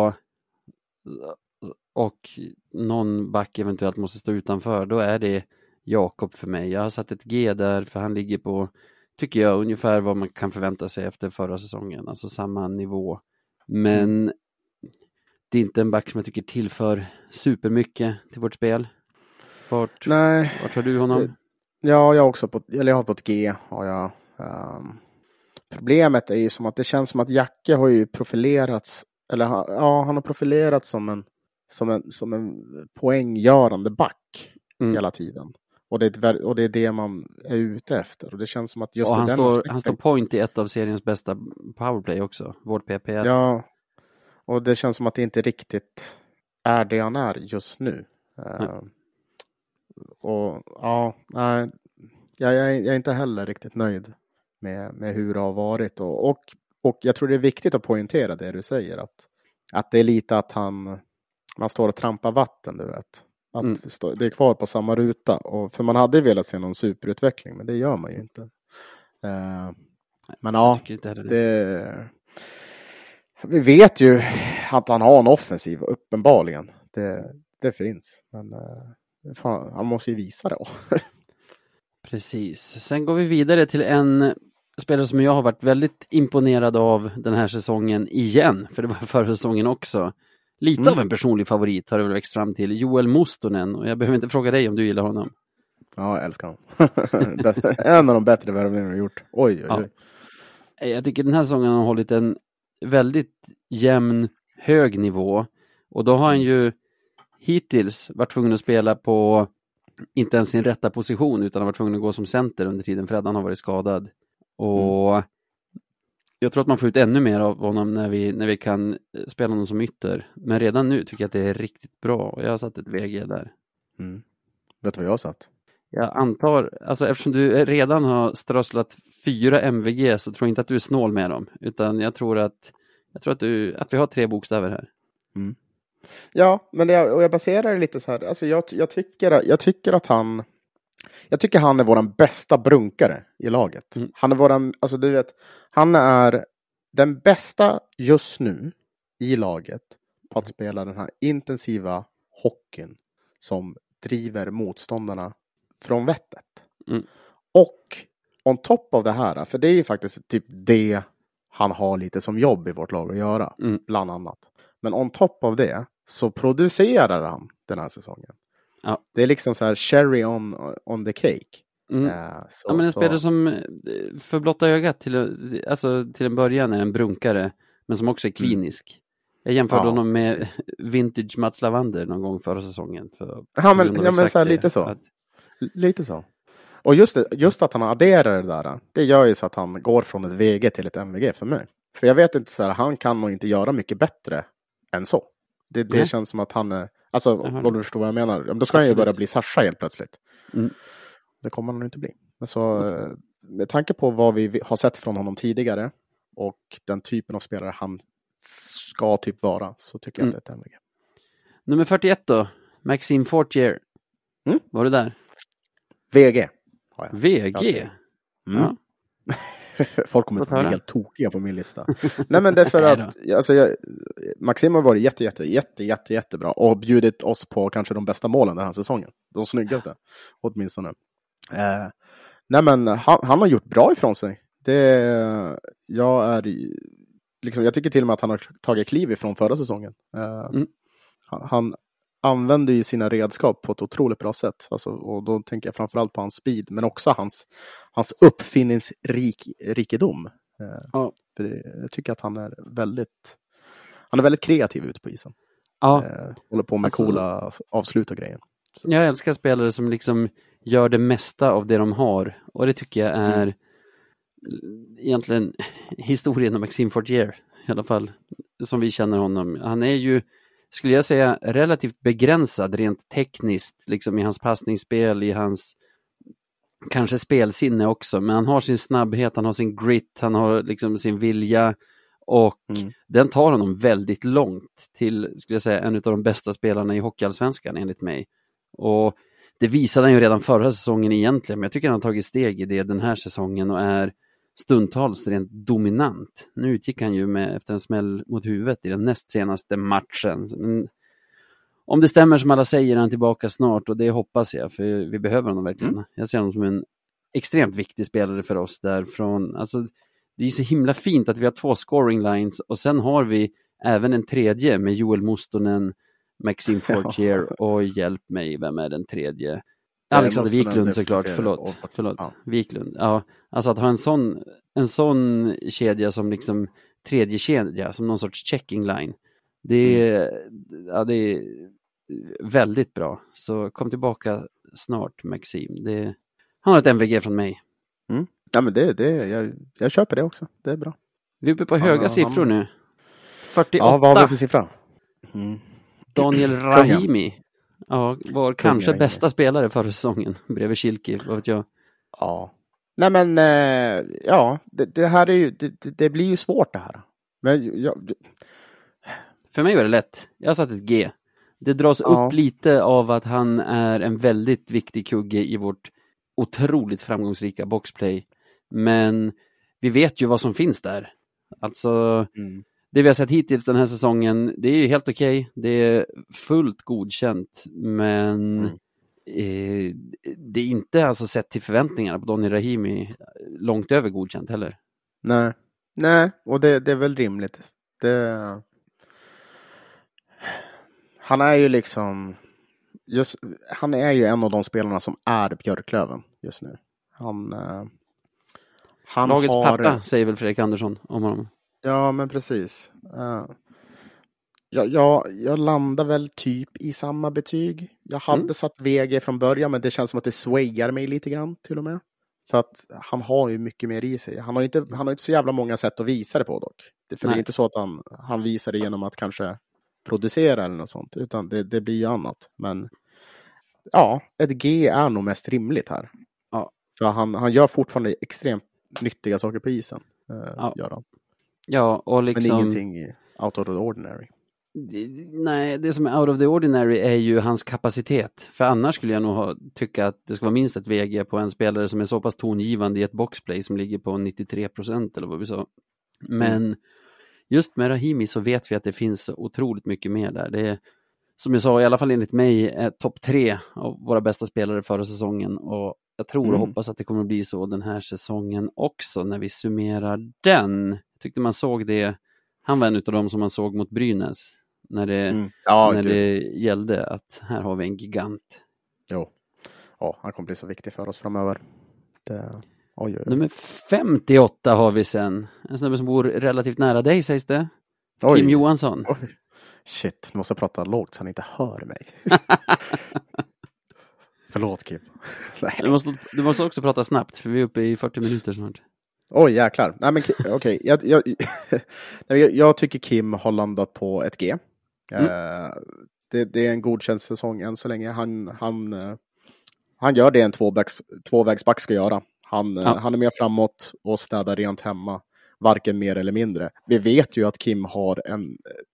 och någon back eventuellt måste stå utanför, då är det Jakob för mig. Jag har satt ett G där, för han ligger på, tycker jag, ungefär vad man kan förvänta sig efter förra säsongen, alltså samma nivå. Men det är inte en back som jag tycker tillför supermycket till vårt spel. Vart har du honom? Ja, jag har på ett G. Har jag. Problemet är ju som att det känns som att Jacke har ju profilerats, eller han har profilerats som en poänggörande back hela tiden. Och det är det man är ute efter. Och det känns som att just han står point i ett av seriens bästa powerplay också. Vårt PP1. Ja, och det känns som att det inte riktigt är det han är just nu. Och jag är inte heller riktigt nöjd med hur det har varit. Och jag tror det är viktigt att poängtera det du säger. Att det är lite att man står och trampar vatten, du vet. Att det är kvar på samma ruta. För man hade velat se någon superutveckling, men det gör man ju inte. Men ja, vi vet ju att han har en offensiv, uppenbarligen. Det finns. Men fan, han måste ju visa det. Precis. Sen går vi vidare till en spelare som jag har varit väldigt imponerad av den här säsongen igen. För det var förra säsongen också. Lite av en personlig favorit har det väl växt fram till. Joel Mustonen. Och jag behöver inte fråga dig om du gillar honom. Ja, jag älskar honom. En av de bättre värvningarna vi har gjort. Oj. Ja. Jag tycker den här säsongen har hållit en väldigt jämn, hög nivå. Och då har han ju hittills varit tvungen att spela på inte ens sin rätta position, utan har varit tvungen att gå som center under tiden för att han har varit skadad. Och jag tror att man får ut ännu mer av honom när vi kan spela honom som ytter. Men redan nu tycker jag att det är riktigt bra. Och jag har satt ett VG där. Vet du vad jag har satt? Jag antar, alltså eftersom du redan har strösslat 4 MVG så tror jag inte att du är snål med dem. Utan jag tror att vi har 3 bokstäver här. Ja, men jag baserar det lite så här. Alltså jag tycker att han är våran bästa brunkare i laget. Han är alltså du vet, han är den bästa just nu i laget på att spela den här intensiva hockeyn som driver motståndarna från vettet. Och on top av det här, för det är ju faktiskt typ det han har lite som jobb i vårt lag att göra, bland annat. Men on top av det så producerar han den här säsongen. Ja. Det är liksom så här cherry on the cake. Men en spelare som för blotta ögat till en början är en brunkare, men som också är klinisk. Jag jämförde honom med vintage Mats Lavander någon gång förra säsongen. Men så här, lite så. Och just att han adderar det där, det gör ju så att han går från ett VG till ett MVG för mig. För jag vet inte, så här, han kan nog inte göra mycket bättre än så. Det känns som att han är, alltså vad du förstår vad jag menar. Då ska han ju börja bli Sasha helt plötsligt. Det kommer han nog inte bli. Men så med tanke på vad vi har sett från honom tidigare och den typen av spelare han ska typ vara, så tycker jag att det är ett MVG. Nummer 41 då, Maxime Fortier. Var det där? VG. VG? Ja. Folk kommer att bli helt tokiga på min lista. Nej, men det är för att alltså, Maxim har varit jättebra och bjudit oss på kanske de bästa målen den här säsongen. De snyggaste, åtminstone. Nej, men han har gjort bra ifrån sig. Jag tycker till och med att han har tagit kliv ifrån förra säsongen. Han använder ju sina redskap på ett otroligt bra sätt. Alltså, och då tänker jag framförallt på hans speed, men också hans uppfinningsrikedom. Jag tycker att han är väldigt kreativ ute på isen. Håller på med coola avslut och grejer. Så. Jag älskar spelare som liksom gör det mesta av det de har. Och det tycker jag är egentligen historien om Maxime Fortier. I alla fall som vi känner honom. Han är ju, skulle jag säga, relativt begränsad rent tekniskt. Liksom i hans passningsspel, i hans kanske spelsinne också. Men han har sin snabbhet, han har sin grit, han har liksom sin vilja. Och den tar honom väldigt långt till, skulle jag säga, en av de bästa spelarna i hockeyallsvenskan enligt mig. Och det visade han ju redan förra säsongen egentligen. Men jag tycker han har tagit steg i det den här säsongen och är stundtals rent dominant. Nu utgick han ju efter en smäll mot huvudet i den näst senaste matchen. Men om det stämmer som alla säger är han tillbaka snart, och det hoppas jag, för vi behöver honom verkligen. Jag ser honom som en extremt viktig spelare för oss därifrån. Alltså, det är så himla fint att vi har 2 scoring lines och sen har vi även en tredje med Joel Mustonen, Maxime Fortier och hjälp mig, vem är den tredje? Alexander Wiklund såklart, förlåt. Ja. Wiklund. Ja, alltså att ha en sån kedja som liksom tredje kedja, som någon sorts checking line. Det är väldigt bra. Så kom tillbaka snart, Maxime. Han har ett MVG från mig. Ja, men jag köper det också. Det är bra. Vi är uppe på höga siffror nu. 48. Ja, vad har vi för siffra? Daniel Rahimi. Ja, var kanske bästa spelare förra säsongen bredvid Schilke, vad vet jag. Ja. Nej, men det här är ju det blir ju svårt det här. Men för mig var det lätt. Jag har satt ett G. Det dras upp lite av att han är en väldigt viktig kugge i vårt otroligt framgångsrika boxplay. Men vi vet ju vad som finns där. Alltså, det vi har sett hittills den här säsongen, det är ju helt okej. Det är fullt godkänt, men det är inte alltså sett till förväntningarna på Donny Rahimi långt över godkänt heller. Nej, och det är väl rimligt. Han är ju liksom han är ju en av de spelarna som är Björklöven just nu. Han Lagets har... pappa, säger väl Fredrik Andersson om honom. Ja, men precis. Jag landar väl typ i samma betyg. Jag hade satt VG från början, men det känns som att det swayar mig lite grann till och med. Så att han har ju mycket mer i sig. Han har inte så jävla många sätt att visa det på dock. För det är inte så att han visar det genom att kanske producera eller något sånt. Utan det blir ju annat. Men ja, ett G är nog mest rimligt här. Ja. För han gör fortfarande extremt nyttiga saker på isen. Gör han. Ja, och liksom... Men ingenting out of the ordinary. Nej, det som är out of the ordinary är ju hans kapacitet. För annars skulle jag nog tycka att det ska vara minst ett VG på en spelare som är så pass tongivande i ett boxplay som ligger på 93% eller vad vi sa. Men just med Rahimi så vet vi att det finns otroligt mycket mer där. Det är, som jag sa, i alla fall enligt mig, topp 3 av våra bästa spelare förra säsongen. Och jag tror och hoppas att det kommer att bli så den här säsongen också när vi summerar den. Jag tyckte man såg det. Han var en av dem som man såg mot Brynäs. När det gällde att här har vi en gigant. Jo. Ja, han kommer bli så viktig för oss framöver. Oj. Nummer 58 har vi sen. En snubbe som bor relativt nära dig, sägs det. Oj. Kim Johansson. Oj. Shit, nu måste jag prata lågt så han inte hör mig. Förlåt Kim. Du måste också prata snabbt, för vi är uppe i 40 minuter snart. Oj, jäklar. Nej, men okej. Jag tycker Kim har landat på ett G. Det är en godkänd säsong än så länge. Han gör det en tvåvägsback ska göra. Han är mer framåt och städar rent hemma. Varken mer eller mindre. Vi vet ju att Kim har han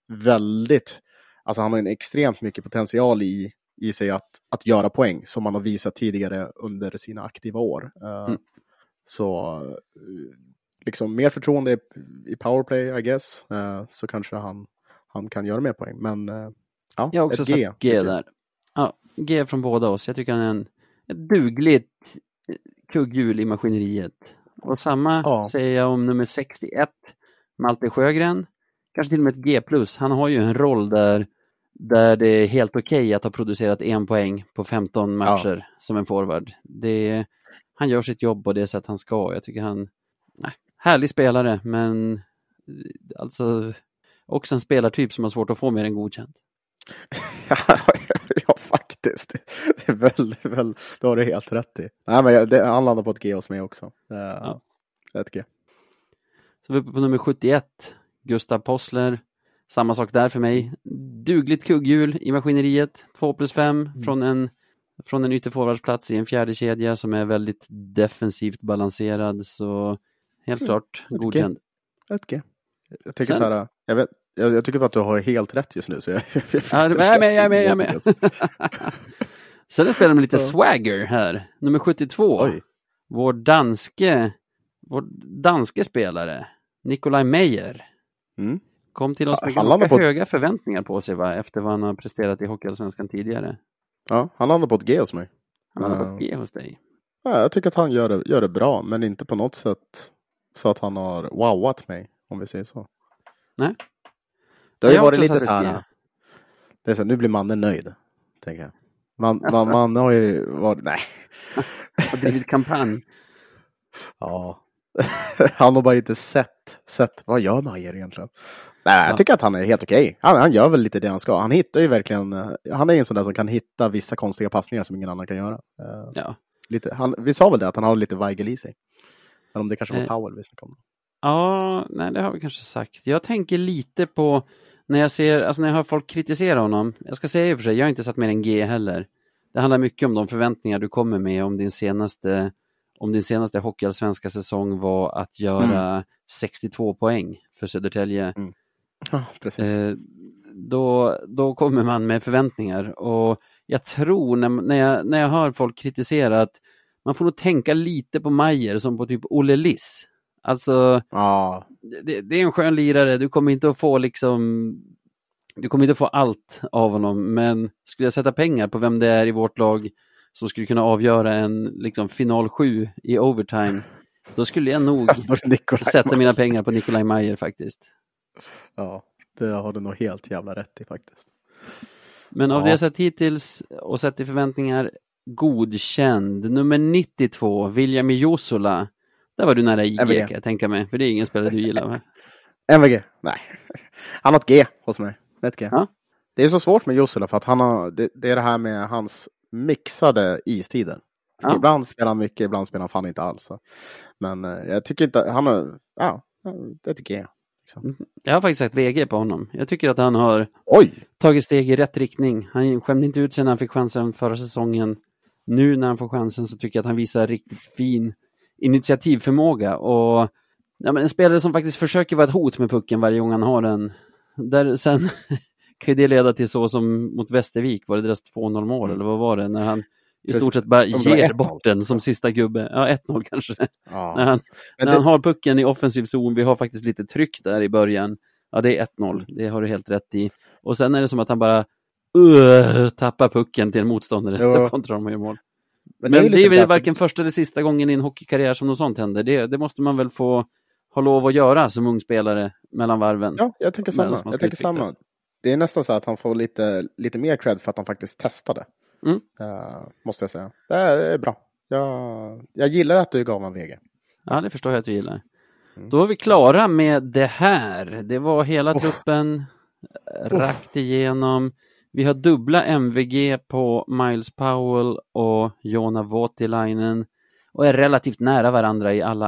har en extremt mycket potential i sig att göra poäng som han har visat tidigare under sina aktiva år. Så liksom mer förtroende i powerplay, I guess. Så kanske han kan göra mer poäng. Men jag har också satt G där. Ja, G från båda oss. Jag tycker han är ett dugligt kugghjul i maskineriet. Och samma säger jag om nummer 61, Malte Sjögren. Kanske till och med ett G+. Han har ju en roll där det är helt okej att ha producerat 1 poäng på 15 matcher som en forward. Han gör sitt jobb på det sätt han ska. Jag tycker härlig spelare, men alltså också en spelartyp som har svårt att få mer än godkänt. Ja, faktiskt. Det är väl, då har du helt rätt i. Nej, men han landar på ett G hos mig också. Ett G. Så vi är uppe på nummer 71. Gustav Possler. Samma sak där för mig. Dugligt kugghjul i maskineriet. 2+5 från en ytterforwardsplats i en fjärde kedja som är väldigt defensivt balanserad. Så helt klart godkänd. Ett G. Jag tycker så här, jag tycker att du har helt rätt just nu. Så jag är med. Sen spelar de lite swagger här. Nummer 72. Oj. Vår danske spelare Nikolaj Meyer. Kom till oss med ganska höga förväntningar på sig efter vad han har presterat i Hockeyallsvenskan tidigare. Ja, han landar på ett G hos mig. Han landar på ett G hos dig. Ja, jag tycker att han gör det bra, men inte på något sätt så att han har wowat mig, om vi säger så. Nej. Det har ju varit lite så här. Det är så här, nu blir mannen nöjd, tänker jag. Man har ju varit, nej. Har drivit kampanj. Ja. Han har bara inte sett vad gör Meyer egentligen. Nej, jag tycker att han är helt okej. Han gör väl lite det han ska. Han hittar ju verkligen, han är en sån där som kan hitta vissa konstiga passningar som ingen annan kan göra. Vi sa väl det, att han har lite Weigel i sig. Men om det kanske var Powell vi snackade om. Ja, nej, det har vi kanske sagt. Jag tänker lite på när jag hör folk kritisera honom. Jag ska säga i och för sig, jag har inte satt mer än G heller. Det handlar mycket om de förväntningar du kommer med om din senaste hockeyallsvenska säsong var att göra 62 poäng för Södertälje. Ja, precis. Då kommer man med förväntningar. Och jag tror när jag hör folk kritisera att man får nog tänka lite på Meyer som på typ Olle Liss. Alltså, det är en skön lirare. Du kommer inte att få allt av honom, men skulle jag sätta pengar på vem det är i vårt lag som skulle kunna avgöra en liksom, final 7 i overtime, då skulle jag nog sätta mina pengar på Nikolaj Mayer faktiskt. Ja, det har du nog helt jävla rätt i faktiskt. Men av det jag sett hittills och sett i förväntningar, godkänd. Nummer 92, William Josola. Där var du nära IG, kan jag tänka mig. För det är ingen spelare du gillar, va? MVG? Nej. Han har ett G hos mig. Ett G. Ja. Det är så svårt med Josola för att han har, det är det här med hans mixade istider. Ja. Ibland spelar han mycket, ibland spelar han fan inte alls. Men jag tycker inte, han har, det tycker jag. Liksom. Jag har faktiskt sagt VG på honom. Jag tycker att han har tagit steg i rätt riktning. Han skämde inte ut sig när han fick chansen förra säsongen. Nu när han får chansen så tycker jag att han visar riktigt fin initiativförmåga. Och en spelare som faktiskt försöker vara ett hot med pucken varje gång han har den. Där sen kan ju det leda till så som mot Västervik. Var det deras 2-0 mål eller vad var det? När han i stort sett bara ger bort den som sista gubbe. Ja, 1-0 kanske. Ja. När han har pucken i offensiv zon. Vi har faktiskt lite tryck där i början. Ja, det är 1-0. Det har du helt rätt i. Och sen är det som att han bara tappar pucken till en motståndare. Kontra dem och gör mål. Men det är väl varken första eller sista gången i en hockeykarriär som något sånt händer. Det måste man väl få ha lov att göra som ung spelare mellan varven. Ja, jag tänker samma. Det är nästan så att han får lite mer cred för att han faktiskt testade. Måste jag säga. Det är bra. Jag gillar att du gav en VG. Ja, det förstår jag att du gillar. Då var vi klara med det här. Det var hela truppen rakt igenom. Vi har dubbla MVG på Miles Powell och Joona Voutilainen och är relativt nära varandra i alla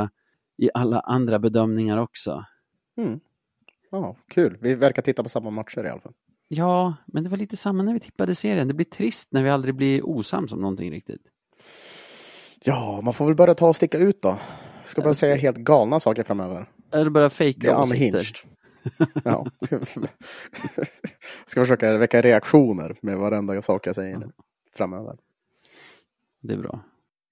andra bedömningar också. Ja, kul. Vi verkar titta på samma matcher i alla fall. Ja, men det var lite samma när vi tippade serien. Det blir trist när vi aldrig blir osams om någonting riktigt. Ja, man får väl börja ta och sticka ut då. Ska bara säga helt galna saker framöver. Eller bara fejka åsikter. Ja. Ska försöka väcka reaktioner med varenda sak jag säger nu framöver. Det är bra.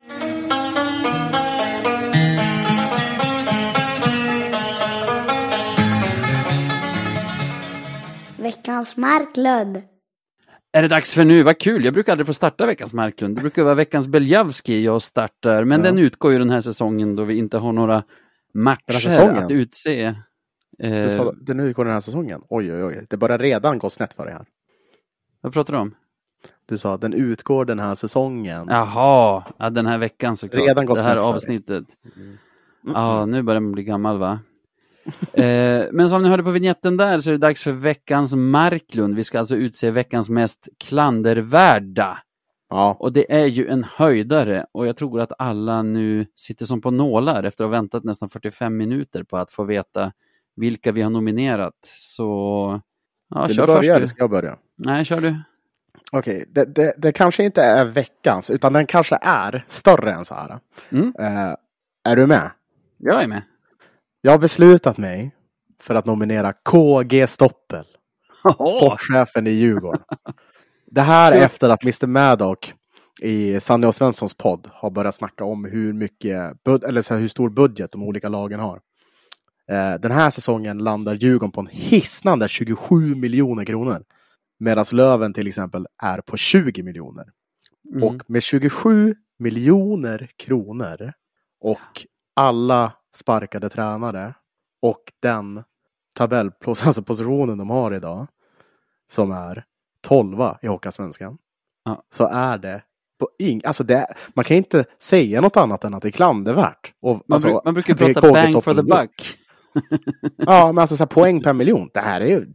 Veckans Marklund. Är det dags för nu? Vad kul. Jag brukar aldrig få starta veckans Marklund. Det brukar vara veckans Beljavski jag startar. Men den utgår ju den här säsongen då vi inte har några matcher att utse. Den utgår den här säsongen? Oj. Det börjar redan gå snett för det här. Vad pratar du om? Du sa att den utgår den här säsongen. Jaha, den här veckan såklart. Redan går det här avsnittet. Ja, nu börjar man bli gammal, va? Men som ni hörde på vignetten där så är det dags för veckans Marklund. Vi ska alltså utse veckans mest klandervärda. Ja. Och det är ju en höjdare. Och jag tror att alla nu sitter som på nålar efter att ha väntat nästan 45 minuter på att få veta vilka vi har nominerat. Så ja, kör först du. Eller ska jag börja? Nej, kör du. Okej, det kanske inte är veckans, utan den kanske är större än så här. Är du med? Jag är med. Jag har beslutat mig för att nominera KG Stoppel. Sportchefen i Djurgården. Det här är efter att Mr. Maddock i Sanne och Svenssons podd har börjat snacka om hur stor budget de olika lagen har. Den här säsongen landar Djurgården på en hisnande 27 miljoner kronor. Medan Löven till exempel är på 20 miljoner. Och med 27 miljoner kronor och alla sparkade tränare och den tabellpositionen de har idag som är 12 i Hockeyallsvenskan, så är det man kan inte säga något annat än att det är klandervärt. Och, man brukar prata bang for the buck. Ja, men alltså så här, poäng per miljon. Det här är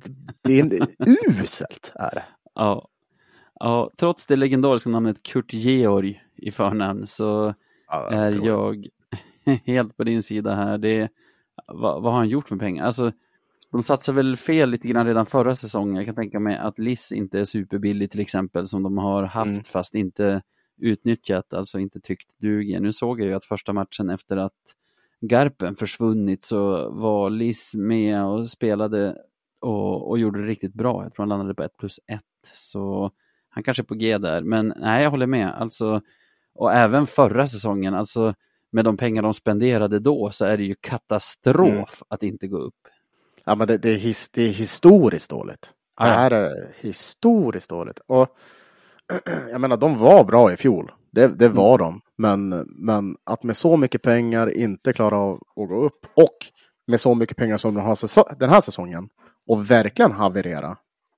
uselt. Är det. Ja, trots det legendariska namnet Kurt Georg i förnamn så är jag helt på din sida här. Vad har han gjort med pengar? Alltså, de satsar väl fel lite grann redan förra säsongen. Jag kan tänka mig att Liss inte är superbillig till exempel, som de har haft fast inte utnyttjat, alltså inte tyckt duger. Nu såg jag ju att första matchen efter att Garpen försvunnit så var Liss med och spelade och gjorde det riktigt bra. Jag tror han landade på 1+1, så han kanske är på G där. Men nej, jag håller med. Alltså, och även förra säsongen, alltså med de pengar de spenderade då så är det ju katastrof att inte gå upp. Ja, men det är historiskt dåligt. Det här är historiskt dåligt. Och jag menar, de var bra i fjol. Det var de. Men att med så mycket pengar inte klara av att gå upp och med så mycket pengar som de har den här säsongen och verkligen haverera.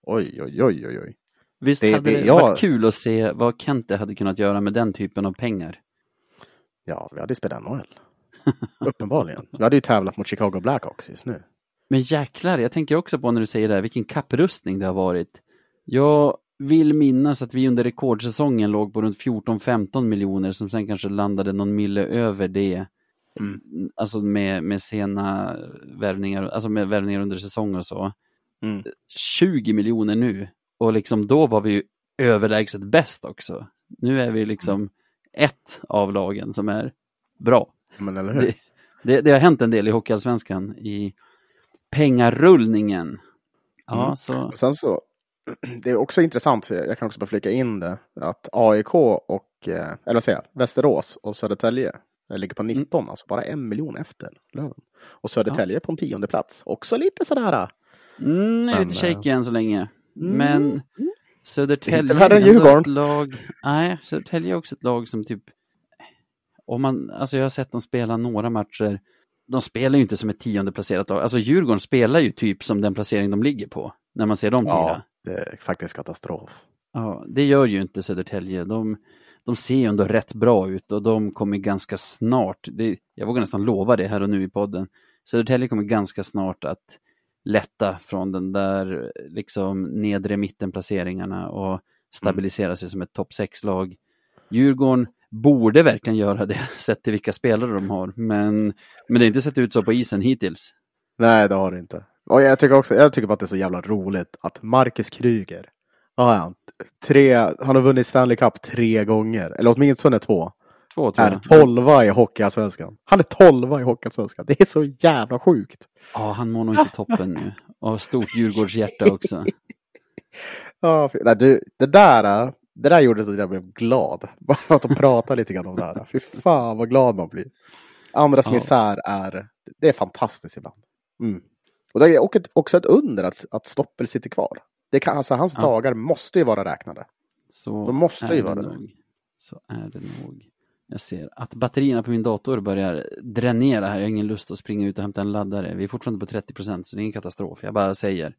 Oj. Visst hade det varit kul att se vad Kente hade kunnat göra med den typen av pengar? Ja, vi hade ju spelat NHL. Uppenbarligen. Vi hade ju tävlat mot Chicago Blackhawks just nu. Men jäklar, jag tänker också på när du säger det här, vilken kapprustning det har varit. Jag vill minnas att vi under rekordsäsongen låg på runt 14-15 miljoner som sen kanske landade någon mille över det. Alltså med sena värvningar, alltså med värvningar under säsong och så. 20 miljoner nu. Och liksom då var vi ju överlägset bäst också. Nu är vi liksom ett av lagen som är bra. Men eller hur? Det har hänt en del i Hockeyallsvenskan i pengarullningen. Ja, så. Sen så, det är också intressant, för jag kan också bara flika in det, att AIK och, eller vad säger jag, Västerås och Södertälje ligger på 19, alltså bara 1 miljon efter Löven. Och Södertälje på en 10:e plats. Också lite sådär. Lite shaky än så länge. Men Södertälje är ett lag. Nej, Södertälje är också ett lag som typ, alltså jag har sett dem spela några matcher. De spelar ju inte som ett 10:e placerat lag. Alltså Djurgården spelar ju typ som den placering de ligger på när man ser dem lira. Ja, det är faktiskt katastrof. Ja, det gör ju inte Södertälje. De ser ju ändå rätt bra ut och de kommer ganska snart. Jag vågar nästan lova det här och nu i podden. Södertälje kommer ganska snart att lätta från den där liksom nedre mittenplaceringarna och stabilisera sig som ett topp 6-lag. Djurgården borde verkligen göra det sett till vilka spelare de har. Men det har inte sett ut så på isen hittills. Nej, det har det inte. Och jag tycker bara att det är så jävla roligt att Marcus Kryger, han har vunnit Stanley Cup 3 gånger. Eller åtminstone 2. Är 12 i Hockeyallsvenskan. Han är 12 i Hockeyallsvenskan. Det är så jävla sjukt. Ja, han mår nog inte toppen nu. Och stort Djurgårdshjärta också. Ja, det där gjorde så att jag blev glad. Bara att de pratar lite grann om det här. Fy fan vad glad man blir. Andras misär det är fantastiskt ibland. Och det är också ett under att Stoppel sitter kvar. Alltså, hans dagar måste ju vara räknade. De måste ju vara det. Så är det nog. Jag ser att batterierna på min dator börjar dränera här. Jag har ingen lust att springa ut och hämta en laddare. Vi är fortfarande på 30%, så det är ingen katastrof. Jag bara säger.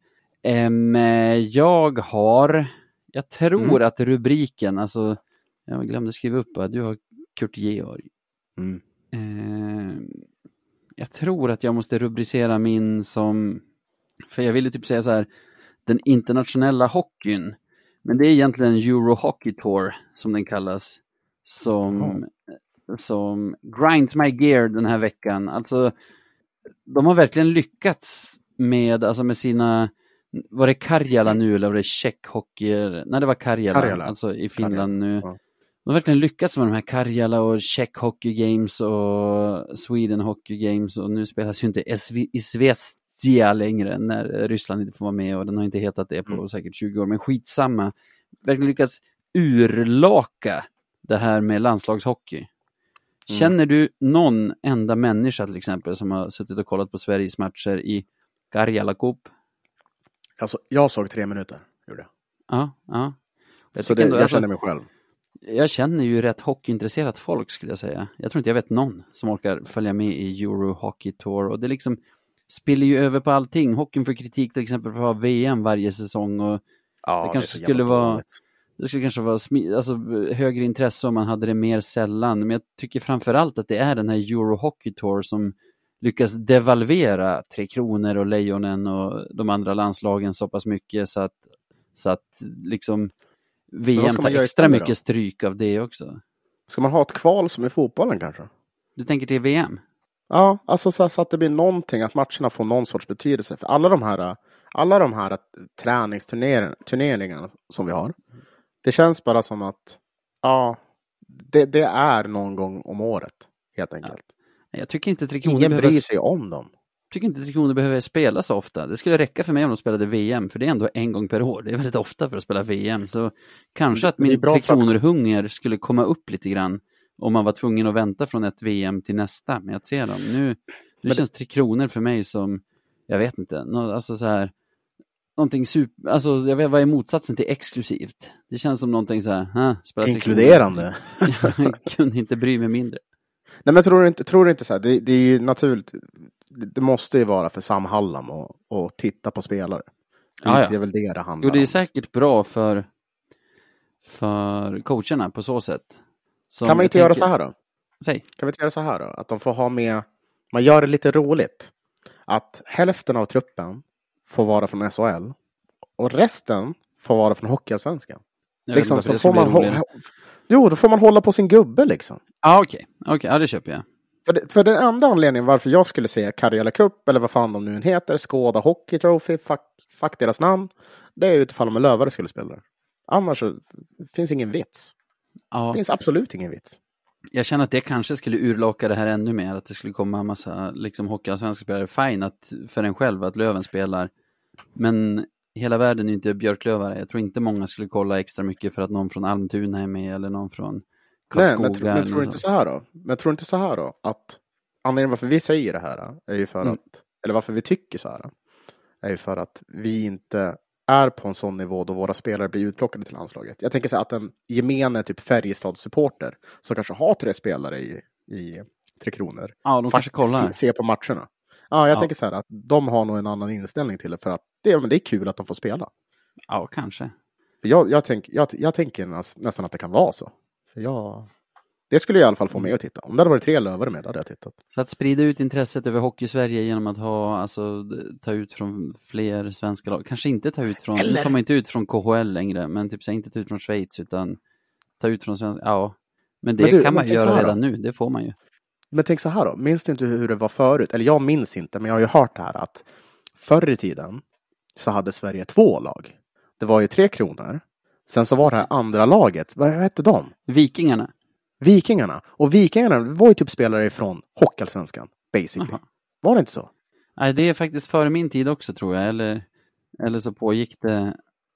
Jag tror att rubriken, alltså jag glömde skriva upp att du har Kurt Georg. Jag tror att jag måste rubricera min som, för jag ville typ säga så här, den internationella hockeyn. Men det är egentligen Euro Hockey Tour som den kallas. Som grinds my gear den här veckan. Alltså, de har verkligen lyckats med sina, var det Karjala nu eller var det Tjeck-hockey? Nej, det var Karjala. Alltså i Finland nu. Ja. De har verkligen lyckats med de här Karjala och Czech Hockey Games och Sweden Hockey Games, och nu spelas ju inte Izvestia längre när Ryssland inte får vara med, och den har inte hetat det på säkert 20 år, men skitsamma. Verkligen lyckats urlaka det här med landslagshockey. Känner du någon enda människa till exempel som har suttit och kollat på Sveriges matcher i Karjala Cup? Alltså, jag såg 3 minuter, gjorde jag. Ja. Jag känner mig själv. Jag känner ju rätt hockeyintresserat folk, skulle jag säga. Jag tror inte jag vet någon som orkar följa med i Euro Hockey Tour, och det liksom spiller ju över på allting. Hockeyn får kritik till exempel för att ha VM varje säsong, och det kanske skulle vara... Det skulle kanske vara högre intresse om man hade det mer sällan. Men jag tycker framförallt att det är den här Euro Hockey Tour som lyckas devalvera Tre Kronor och Lejonen och de andra landslagen så pass mycket så att liksom VM tar extra mycket stryk av det också. Ska man ha ett kval som i fotbollen kanske? Du tänker till VM? Ja, alltså så att det blir någonting, att matcherna får någon sorts betydelse. För alla de här träningsturneringarna som vi har. Det känns bara som att det är någon gång om året, helt enkelt. Ja. Jag tycker inte Tre Kronor ingen bryr sig om dem. Jag tycker inte Tre Kronor behöver spela så ofta. Det skulle räcka för mig om de spelade VM, för det är ändå en gång per år. Det är väldigt ofta för att spela VM. Så kanske att min Tre Kronor-hunger skulle komma upp lite grann Och man var tvungen att vänta från ett VM till nästa med att se dem. Nu känns 3 kronor för mig som, jag vet inte, alltså så här, någonting super, alltså jag vet vad är motsatsen till exklusivt? Det känns som någonting så här, inkluderande. Jag kunde inte bry mig mindre. Nej, men tror du inte så här, det är ju naturligt, det måste ju vara för Sam Hallam och titta på spelare. Det är väl det handlar om. Jo, det är säkert bra för coacherna på så sätt. Kan man inte göra så här då? Säg. Kan vi inte göra så här då? Att de får ha med, man gör det lite roligt. Att hälften av truppen får vara från SHL och resten får vara från Hockeyallsvenskan. Liksom, så får man då får man hålla på sin gubbe liksom. Okej, ja, det köper jag. För den enda anledningen varför jag skulle säga Karjala Cup eller vad fan de nu heter, Skåda Hockey Trophy, fuck deras namn, det är utifall de Lövare skulle spela där. Annars så finns ingen vits. Det finns absolut ingen vits. Jag känner att det kanske skulle urlaka det här ännu mer, att det skulle komma en massa liksom hockeyallsvenska spelare. Fine att för en själv att Löven spelar, men hela världen är inte Björklövare. Jag tror inte många skulle kolla extra mycket för att någon från Almtuna är med eller någon från Karlskoga. Nej, men tror inte så här då? Men tror inte så här då att anledningen varför vi säger det här är ju för att, eller varför vi tycker så här, är ju för att vi inte är på en sån nivå då våra spelare blir utplockade till landslaget. Jag tänker så att en gemene typ Färjestad-supporter som kanske har 3 spelare i 3 kronor. Ja, de kanske kollar. Se på matcherna. Ja, jag tänker så här att de har nog en annan inställning till det för att det är kul att de får spela. Ja, kanske. Jag tänker nästan att det kan vara så. För det skulle jag i alla fall få mig att titta. Om det hade varit 3 Lövare med, hade jag tittat. Så att sprida ut intresset över hockey i Sverige genom att ta ut från fler svenska lag. Kanske inte ta ut från, nu tar man inte ut från KHL längre, men typ så inte ta ut från Schweiz utan ta ut från svenska, ja. Men det kan man göra redan nu, det får man ju. Men tänk så här då, minns du inte hur det var förut? Eller jag minns inte, men jag har ju hört det här att förr i tiden så hade Sverige 2 lag. Det var ju 3 kronor. Sen så var det här andra laget, vad hette de? Vikingarna. Och Vikingarna var ju typ spelare från Hockeyallsvenskan, basically. Aha. Var det inte så? Nej, det är faktiskt före min tid också, tror jag. Eller så pågick det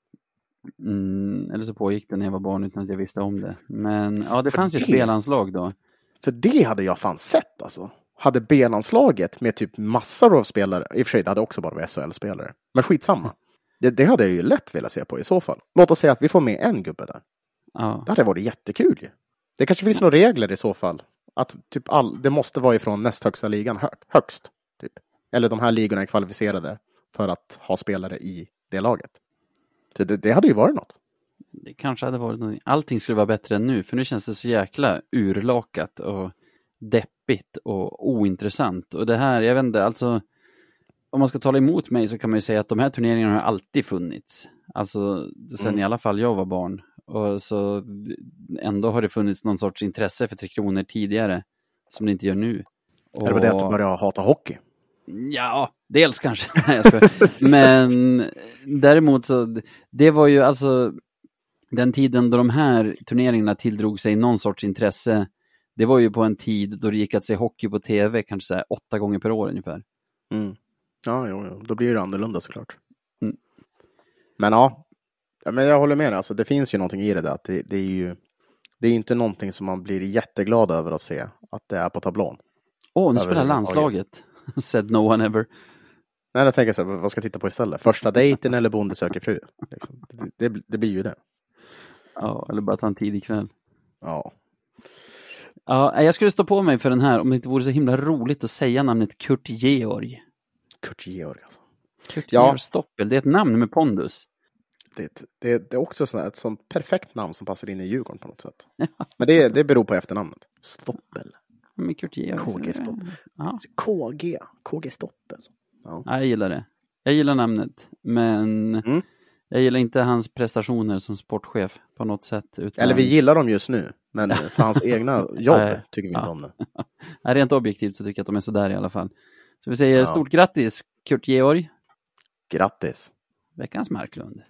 när jag var barn utan att jag visste om det. Men ja, det fanns ju ett B-landslag då. För det hade jag fan sett alltså. Hade B-landslaget med typ massor av spelare. I och för sig, det hade också bara varit SHL-spelare. Men skitsamma. Det hade jag ju lätt velat se på i så fall. Låt oss säga att vi får med en gubbe där. Ja. Det hade varit jättekul ju. Det kanske finns några regler i så fall. Att typ det måste vara ifrån näst högsta ligan högst. Typ. Eller de här ligorna är kvalificerade för att ha spelare i det laget. Så det hade ju varit något. Det kanske hade varit något. Allting skulle vara bättre än nu. För nu känns det så jäkla urlakat och deppigt och ointressant. Och det här, jag vet inte, alltså om man ska tala emot mig så kan man ju säga att de här turneringarna har alltid funnits. Alltså sen i alla fall jag var barn. Och så ändå har det funnits någon sorts intresse för 3 kronor tidigare som det inte gör nu. Är det bara det att du börjar hata hockey? Ja, dels kanske. Men däremot så det var ju alltså den tiden då de här turneringarna tilldrog sig någon sorts intresse. Det var ju på en tid då det gick att se hockey på tv kanske så här 8 gånger per år ungefär. Ja, jo. Då blir det annorlunda såklart. Men ja, men jag håller med. Alltså, det finns ju någonting i det där. Att det är ju inte någonting som man blir jätteglad över att se. Att det är på tablån. Nu spelar landslaget. Said no one ever. Nej, jag tänker så här, vad ska jag titta på istället? Första dejten eller Bonde söker fru? Liksom. Det blir ju det. Ja, eller bara ta en tidig kväll. Ja. Ja, jag skulle stå på mig för den här om det inte vore så himla roligt att säga namnet Kurt Georg. Kurt Georg alltså. Kurt Georg Stoppel, det är ett namn med pondus. Det är också ett sånt perfekt namn som passar in i Djurgården på något sätt. Men det beror på efternamnet. Stoppel. Men Kurt Georg. KG Stoppel. Ja. KG Stoppel. Ja, jag gillar det. Jag gillar namnet. Men jag gillar inte hans prestationer som sportchef på något sätt. Utan... Eller vi gillar dem just nu. Men för hans egna jobb tycker vi inte om det. Rent objektivt så tycker jag att de är sådär i alla fall. Så vi säger stort grattis Kurt Georg. Grattis. Veckans Marklund.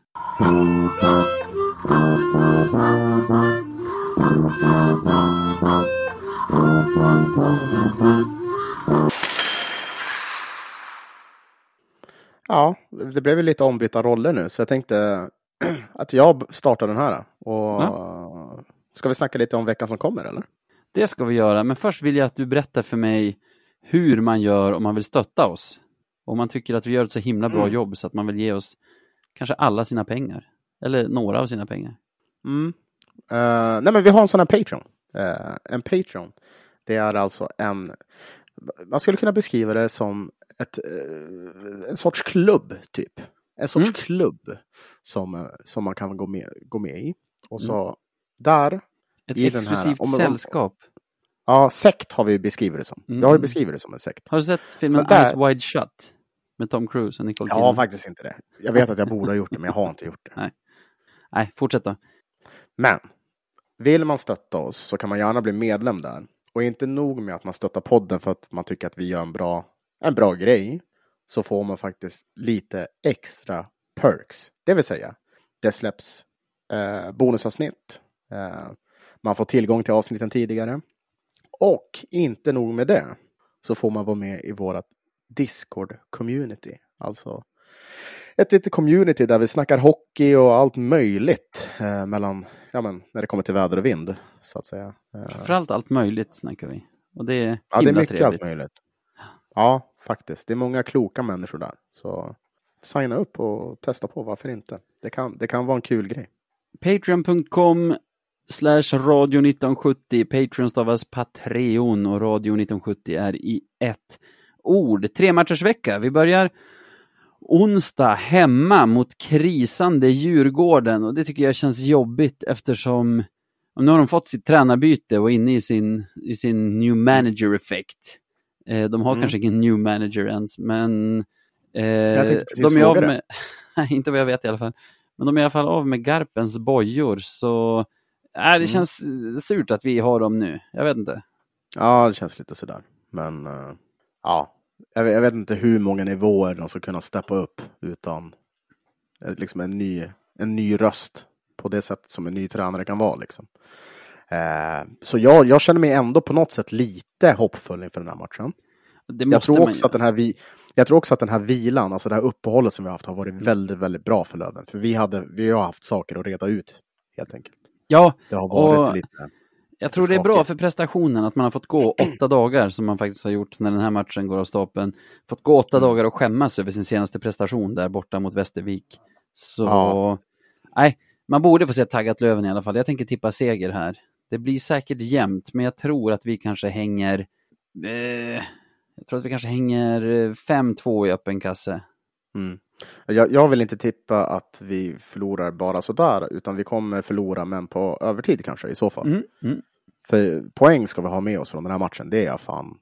Ja, det blev ju lite ombytta roller nu. Så jag tänkte att jag startar den här. Och ska vi snacka lite om veckan som kommer eller? Det ska vi göra, men först vill jag att du berättar för mig hur man gör om man vill stötta oss. Om man tycker att vi gör ett så himla bra jobb så att man vill ge oss kanske alla sina pengar. Eller några av sina pengar. Nej, men vi har en sån här Patreon. En Patreon. Det är alltså man skulle kunna beskriva det som en sorts klubb typ. En sorts klubb som man kan gå med i. Och så där. Ett i exklusivt den här, sällskap. Ja, sekt har vi beskrivit det som. Jag har ju beskrivit det som en sekt. Har du sett filmen Eyes Wide Shut? Med Tom Cruise och Nicole Kidman? Jag har faktiskt inte det. Jag vet att jag borde ha gjort det, men jag har inte gjort det. Nej, fortsätt då. Men vill man stötta oss så kan man gärna bli medlem där. Och inte nog med att man stöttar podden för att man tycker att vi gör en bra grej. Så får man faktiskt lite extra perks. Det vill säga, det släpps bonusavsnitt. Man får tillgång till avsnitten tidigare. Och inte nog med det så får man vara med i vårat Discord-community. Alltså ett litet community där vi snackar hockey och allt möjligt när det kommer till väder och vind, så att säga. Framförallt allt möjligt snackar vi. Och det är himla det är mycket trevligt. Allt möjligt. Ja, faktiskt. Det är många kloka människor där. Så signa upp och testa på, varför inte? Det kan vara en kul grej. Patreon.com/radio 1970. Patreon stavas Patreon och radio 1970 är i ett ord. 3-matchersvecka. Vi börjar onsdag hemma mot krisande Djurgården, och det tycker jag känns jobbigt eftersom nu har de fått sitt tränarbyte och inne i sin new manager effekt. De har kanske ingen new manager ens, men de är av med inte vad jag vet i alla fall. Men de är i alla fall av med Garpens bojor, så det känns surt att vi har dem nu. Jag vet inte. Ja, det känns lite sådär. Men jag vet inte hur många nivåer de ska kunna steppa upp utan liksom en ny röst på det sätt som en ny tränare kan vara liksom. Så jag känner mig ändå på något sätt lite hoppfull inför den här matchen. Jag tror också att den här vilan, alltså det här uppehållet som vi har haft, har varit väldigt, väldigt bra för Löven. För vi har haft saker att reda ut, helt enkelt. Ja, det har varit lite... Jag tror det är bra för prestationen att man har fått gå 8 dagar som man faktiskt har gjort när den här matchen går av stapeln. Fått gå 8 dagar och skämmas över sin senaste prestation där borta mot Västervik. Så man borde få se taggat Löven i alla fall. Jag tänker tippa seger här. Det blir säkert jämnt, men jag tror att vi kanske hänger 5-2 i öppen kasse. Jag vill inte tippa att vi förlorar bara sådär, utan vi kommer förlora, men på övertid kanske i så fall. För poäng ska vi ha med oss från den här matchen. Det är jag fan.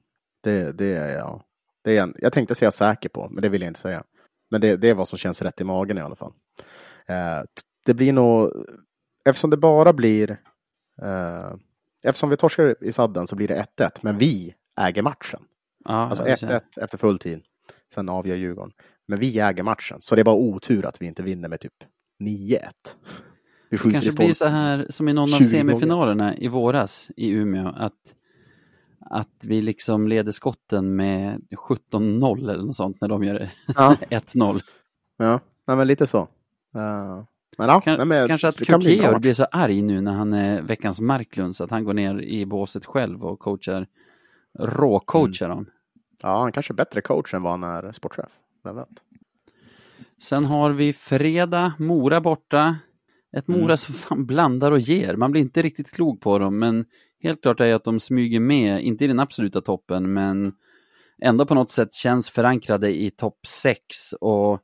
Jag tänkte säga säker på, men det vill jag inte säga. Men det är vad som känns rätt i magen i alla fall. Det blir nog, eftersom det bara blir eftersom vi torskar i sadden så blir det 1-1, men vi äger matchen. Alltså 1-1 efter full tid. Sen avgör Djurgården. Men vi äger matchen. Så det är bara otur att vi inte vinner med typ 9-1. Det kanske blir så här som i någon av semifinalerna i våras i Umeå. Att vi liksom leder skotten med 17-0 eller något sånt när de gör 1-0. Ja, men lite så. Kanske att Kukeo blir så arg nu när han är veckans Marklund, så att han går ner i båset själv och råcoachar dem. Ja, han kanske är bättre coach än vad han är sportchef. Vem vet. Sen har vi fredag, Mora borta. Ett Mora som fan blandar och ger. Man blir inte riktigt klok på dem, men helt klart är att de smyger med, inte i den absoluta toppen, men ändå på något sätt känns förankrade i topp 6 och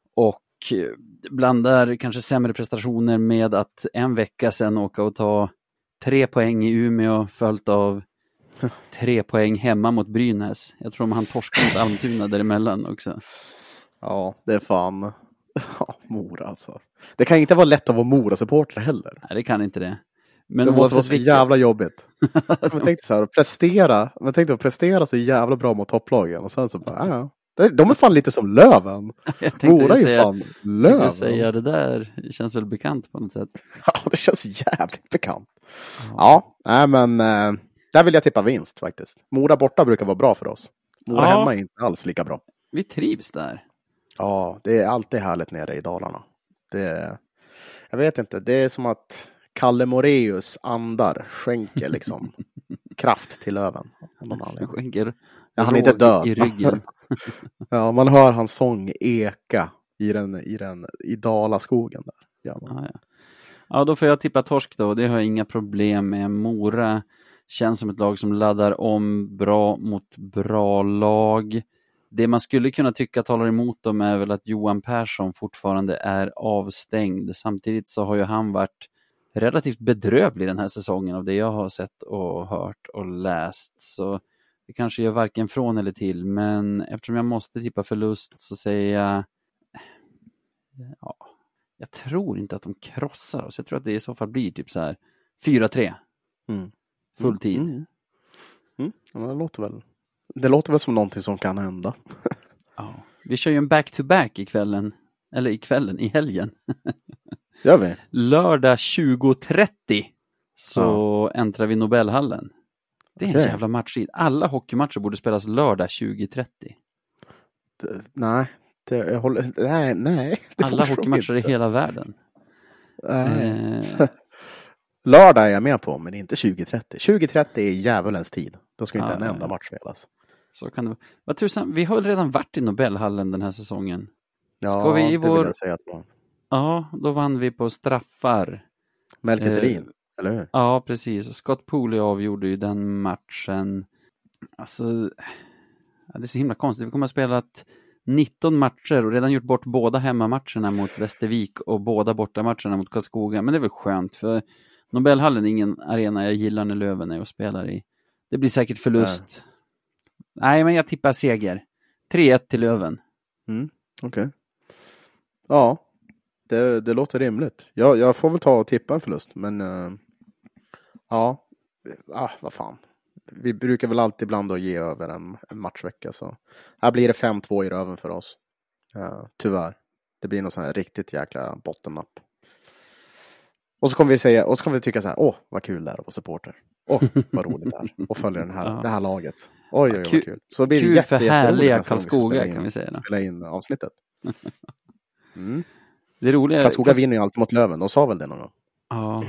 blandar kanske sämre prestationer med att en vecka sedan åka och ta 3 poäng i Umeå följt av 3 poäng hemma mot Brynäs. Jag tror han torskar mot Almtuna däremellan också. Ja, det är fan Mora alltså. Det kan inte vara lätt att vara Mora-supporter heller. Nej, det kan inte det. Men det måste vara så jävla jobbigt. Man tänkte så här, prestera så jävla bra mot topplagen och sen så bara, de är fan lite som Löven. Mora är ju fan Löven. Jag säga det där känns väl bekant på något sätt. Ja, det känns jävligt bekant. Ja, men där vill jag tippa vinst faktiskt. Mora borta brukar vara bra för oss. Mora hemma är inte alls lika bra. Vi trivs där. Ja, det är alltid härligt nere i Dalarna. Jag vet inte, det är som att Kalle Moraeus andar skänker liksom kraft till Löven. Han är inte död. I ryggen. Ja, man hör hans sång eka i Dalaskogen där. Ja. Ja, då får jag tippa torsk då. Det har jag inga problem med. Mora känns som ett lag som laddar om bra mot bra lag. Det man skulle kunna tycka talar emot dem är väl att Johan Persson fortfarande är avstängd. Samtidigt så har ju han varit relativt bedrövlig den här säsongen av det jag har sett och hört och läst. Så det kanske gör varken från eller till. Men eftersom jag måste tippa förlust så säger jag... Ja, jag tror inte att de krossar oss. Jag tror att det i så fall blir typ så här 4-3. Full tid. Ja, det låter väl som någonting som kan hända. Ja. Vi kör ju en back-to-back i helgen. Gör vi? Lördag 20:30 så äntrar vi Nobelhallen. Det är en jävla matchtid. Alla hockeymatcher borde spelas lördag 20:30. Nej. Nej. Alla hockeymatcher i hela världen. Lördag är jag med på, men inte 20:30. 20:30 är djävulens tid. Då ska inte en enda match spelas. Så kan det. Vad tusan, vi har väl redan varit i Nobelhallen den här säsongen. Ja, ska vi i det vill jag säga att det var. Ja, då vann vi på straffar. Melketerin, eller hur? Ja, precis. Scott Pooley avgjorde ju den matchen. Alltså, det är så himla konstigt. Vi kommer att spela 19 matcher och redan gjort bort båda hemmamatcherna mot Västervik och båda bortamatcherna mot Karlskoga. Men det är väl skönt, för Nobelhallen är ingen arena jag gillar när Löven är och spelar i. Det blir säkert förlust. Nej, men jag tippar seger. 3-1 till Löven. Okej. Ja, det låter rimligt. Jag får väl ta och tippa en förlust, men vad fan. Vi brukar väl alltid ibland då ge över en matchvecka, så här blir det 5-2 i röven för oss. Tyvärr. Det blir något sån här riktigt jäkla bottennapp. Och så kommer vi tycka så här: åh, vad kul det är att vara supporter. Åh, vad roligt det är. Och följa det här laget. Oj, vad kul. Så blir det kul för härliga Karlskoga kan vi säga. Spela in avsnittet. Det roliga Karlskoga vinner ju alltid mot Löven. De sa väl det någon gång? Ja.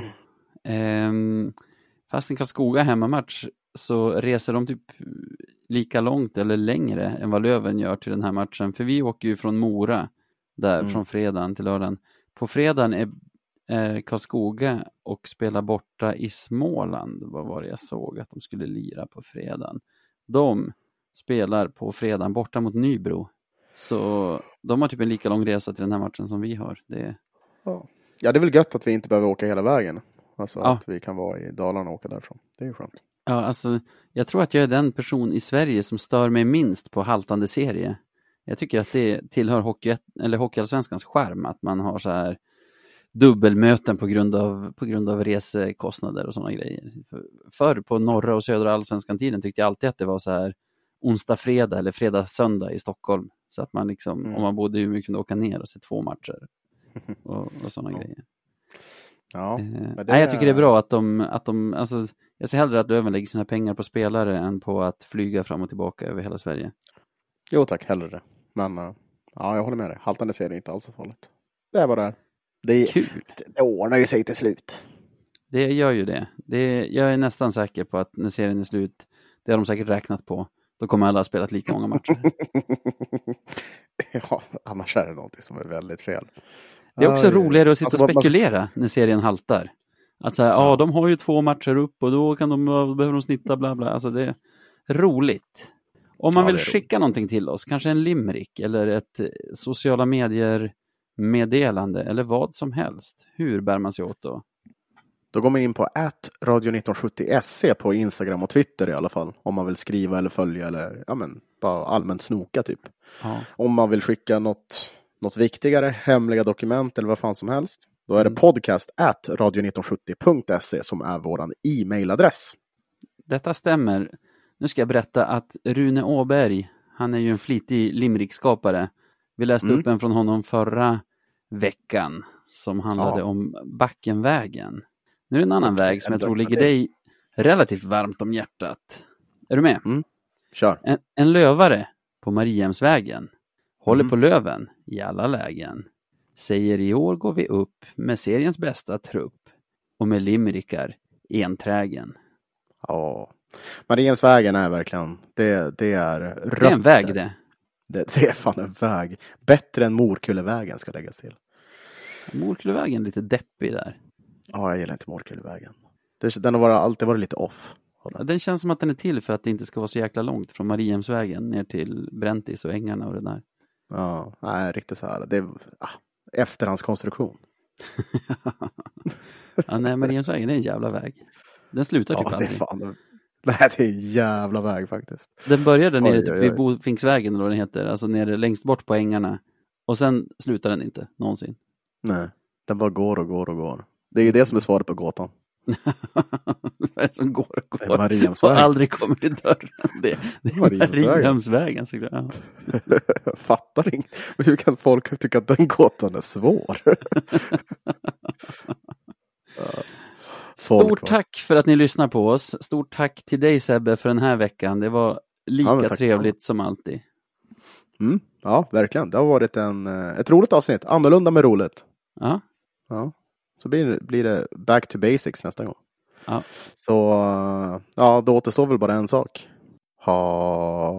Fast en Karlskoga hemmamatch så reser de typ lika långt eller längre än vad Löven gör till den här matchen. För vi åker ju från Mora där från fredagen till lördagen. På fredagen är Karlskoga och spelar borta i Småland. Vad var det jag såg att de skulle lira på fredagen? De spelar på fredagen borta mot Nybro. Så de har typ en lika lång resa till den här matchen som vi har. Ja, det är väl gött att vi inte behöver åka hela vägen. Alltså att vi kan vara i Dalarna och åka därifrån. Det är ju skönt. Ja, alltså jag tror att jag är den person i Sverige som stör mig minst på haltande serie. Jag tycker att det tillhör hockeyallsvenskans charm att man har så här dubbelmöten på grund av resekostnader och sådana grejer. Förr på norra och södra allsvenskan tiden tyckte jag alltid att det var så här onsdag, fredag eller fredag, söndag i Stockholm. Så att man liksom, om man bodde i Umeå, kunde åka ner och se 2 matcher och sådana grejer. Ja, Nej, jag tycker det är bra att de alltså, jag ser hellre att Löven lägger sina pengar på spelare än på att flyga fram och tillbaka över hela Sverige. Jo tack, hellre det. Men jag håller med dig. Haltande ser det inte alls så farligt. Det är bara det är kul. Det ordnar ju sig till slut. Det gör ju det. Jag är nästan säker på att när serien är slut, det har de säkert räknat på. Då kommer alla ha spelat lika många matcher. Ja, annars är det någonting som är väldigt fel. Det är också roligare att sitta och spekulera när serien haltar. Att säga, de har ju 2 matcher upp och då behöver de snitta bla bla. Alltså det är roligt. Om man vill skicka någonting till oss, kanske en limerick eller ett sociala medier meddelande eller vad som helst. Hur bär man sig åt då? Då går man in på @radio1970se på Instagram och Twitter i alla fall. Om man vill skriva eller följa eller bara allmänt snoka typ. Ja. Om man vill skicka något viktigare, hemliga dokument eller vad fan som helst. Då är det podcast @radio1970.se som är våran e-mailadress. Detta stämmer. Nu ska jag berätta att Rune Åberg, han är ju en flitig limerickskapare. Vi läste upp en från honom förra veckan som handlade om Backenvägen. Nu är det en annan väg som jag tror ligger dig relativt varmt om hjärtat. Är du med? Kör. En lövare på Mariehemsvägen håller på löven i alla lägen. Säger i år går vi upp med seriens bästa trupp och med limerickar enträgen. Ja. Mariehemsvägen är verkligen, det är Det är rötter. en väg det. Det är fan en väg. Bättre än Morkullevägen ska läggas till. Morkullevägen är lite deppig där. Ja, jag gillar inte Morkullevägen. Den har alltid varit lite off. Ja, den känns som att den är till för att det inte ska vara så jäkla långt från Mariehemsvägen ner till Brentis och ängarna och det där. Ja, nej, riktigt så här. Det är efterhandskonstruktion. Ja, nej, Mariehemsvägen är en jävla väg. Den slutar typ Ja, det är aldrig. fan. Nej, det är en jävla väg faktiskt. Den började nere typ Oj. vid Bofingsvägen eller vad den heter. Alltså nere längst bort på ängarna. Och sen slutar den inte, någonsin. Nej, den bara går och går och går. Det är ju det som är svaret på gåtan. Vad är det som går och Det är går? Och Mariehemsvägen. aldrig kommer till dörren. Det är Mariehemsvägen såklart. Ja. Jag fattar inte. Hur kan folk tycka att den gåtan är svår? Stort tack för att ni lyssnar på oss. Stort tack till dig Sebbe för den här veckan. Det var lika trevligt som alltid. Ja, verkligen. Det har varit ett roligt avsnitt. Annorlunda med roligt. Ja. Så blir det back to basics nästa gång. Ja. Så ja, då återstår väl bara en sak. Ha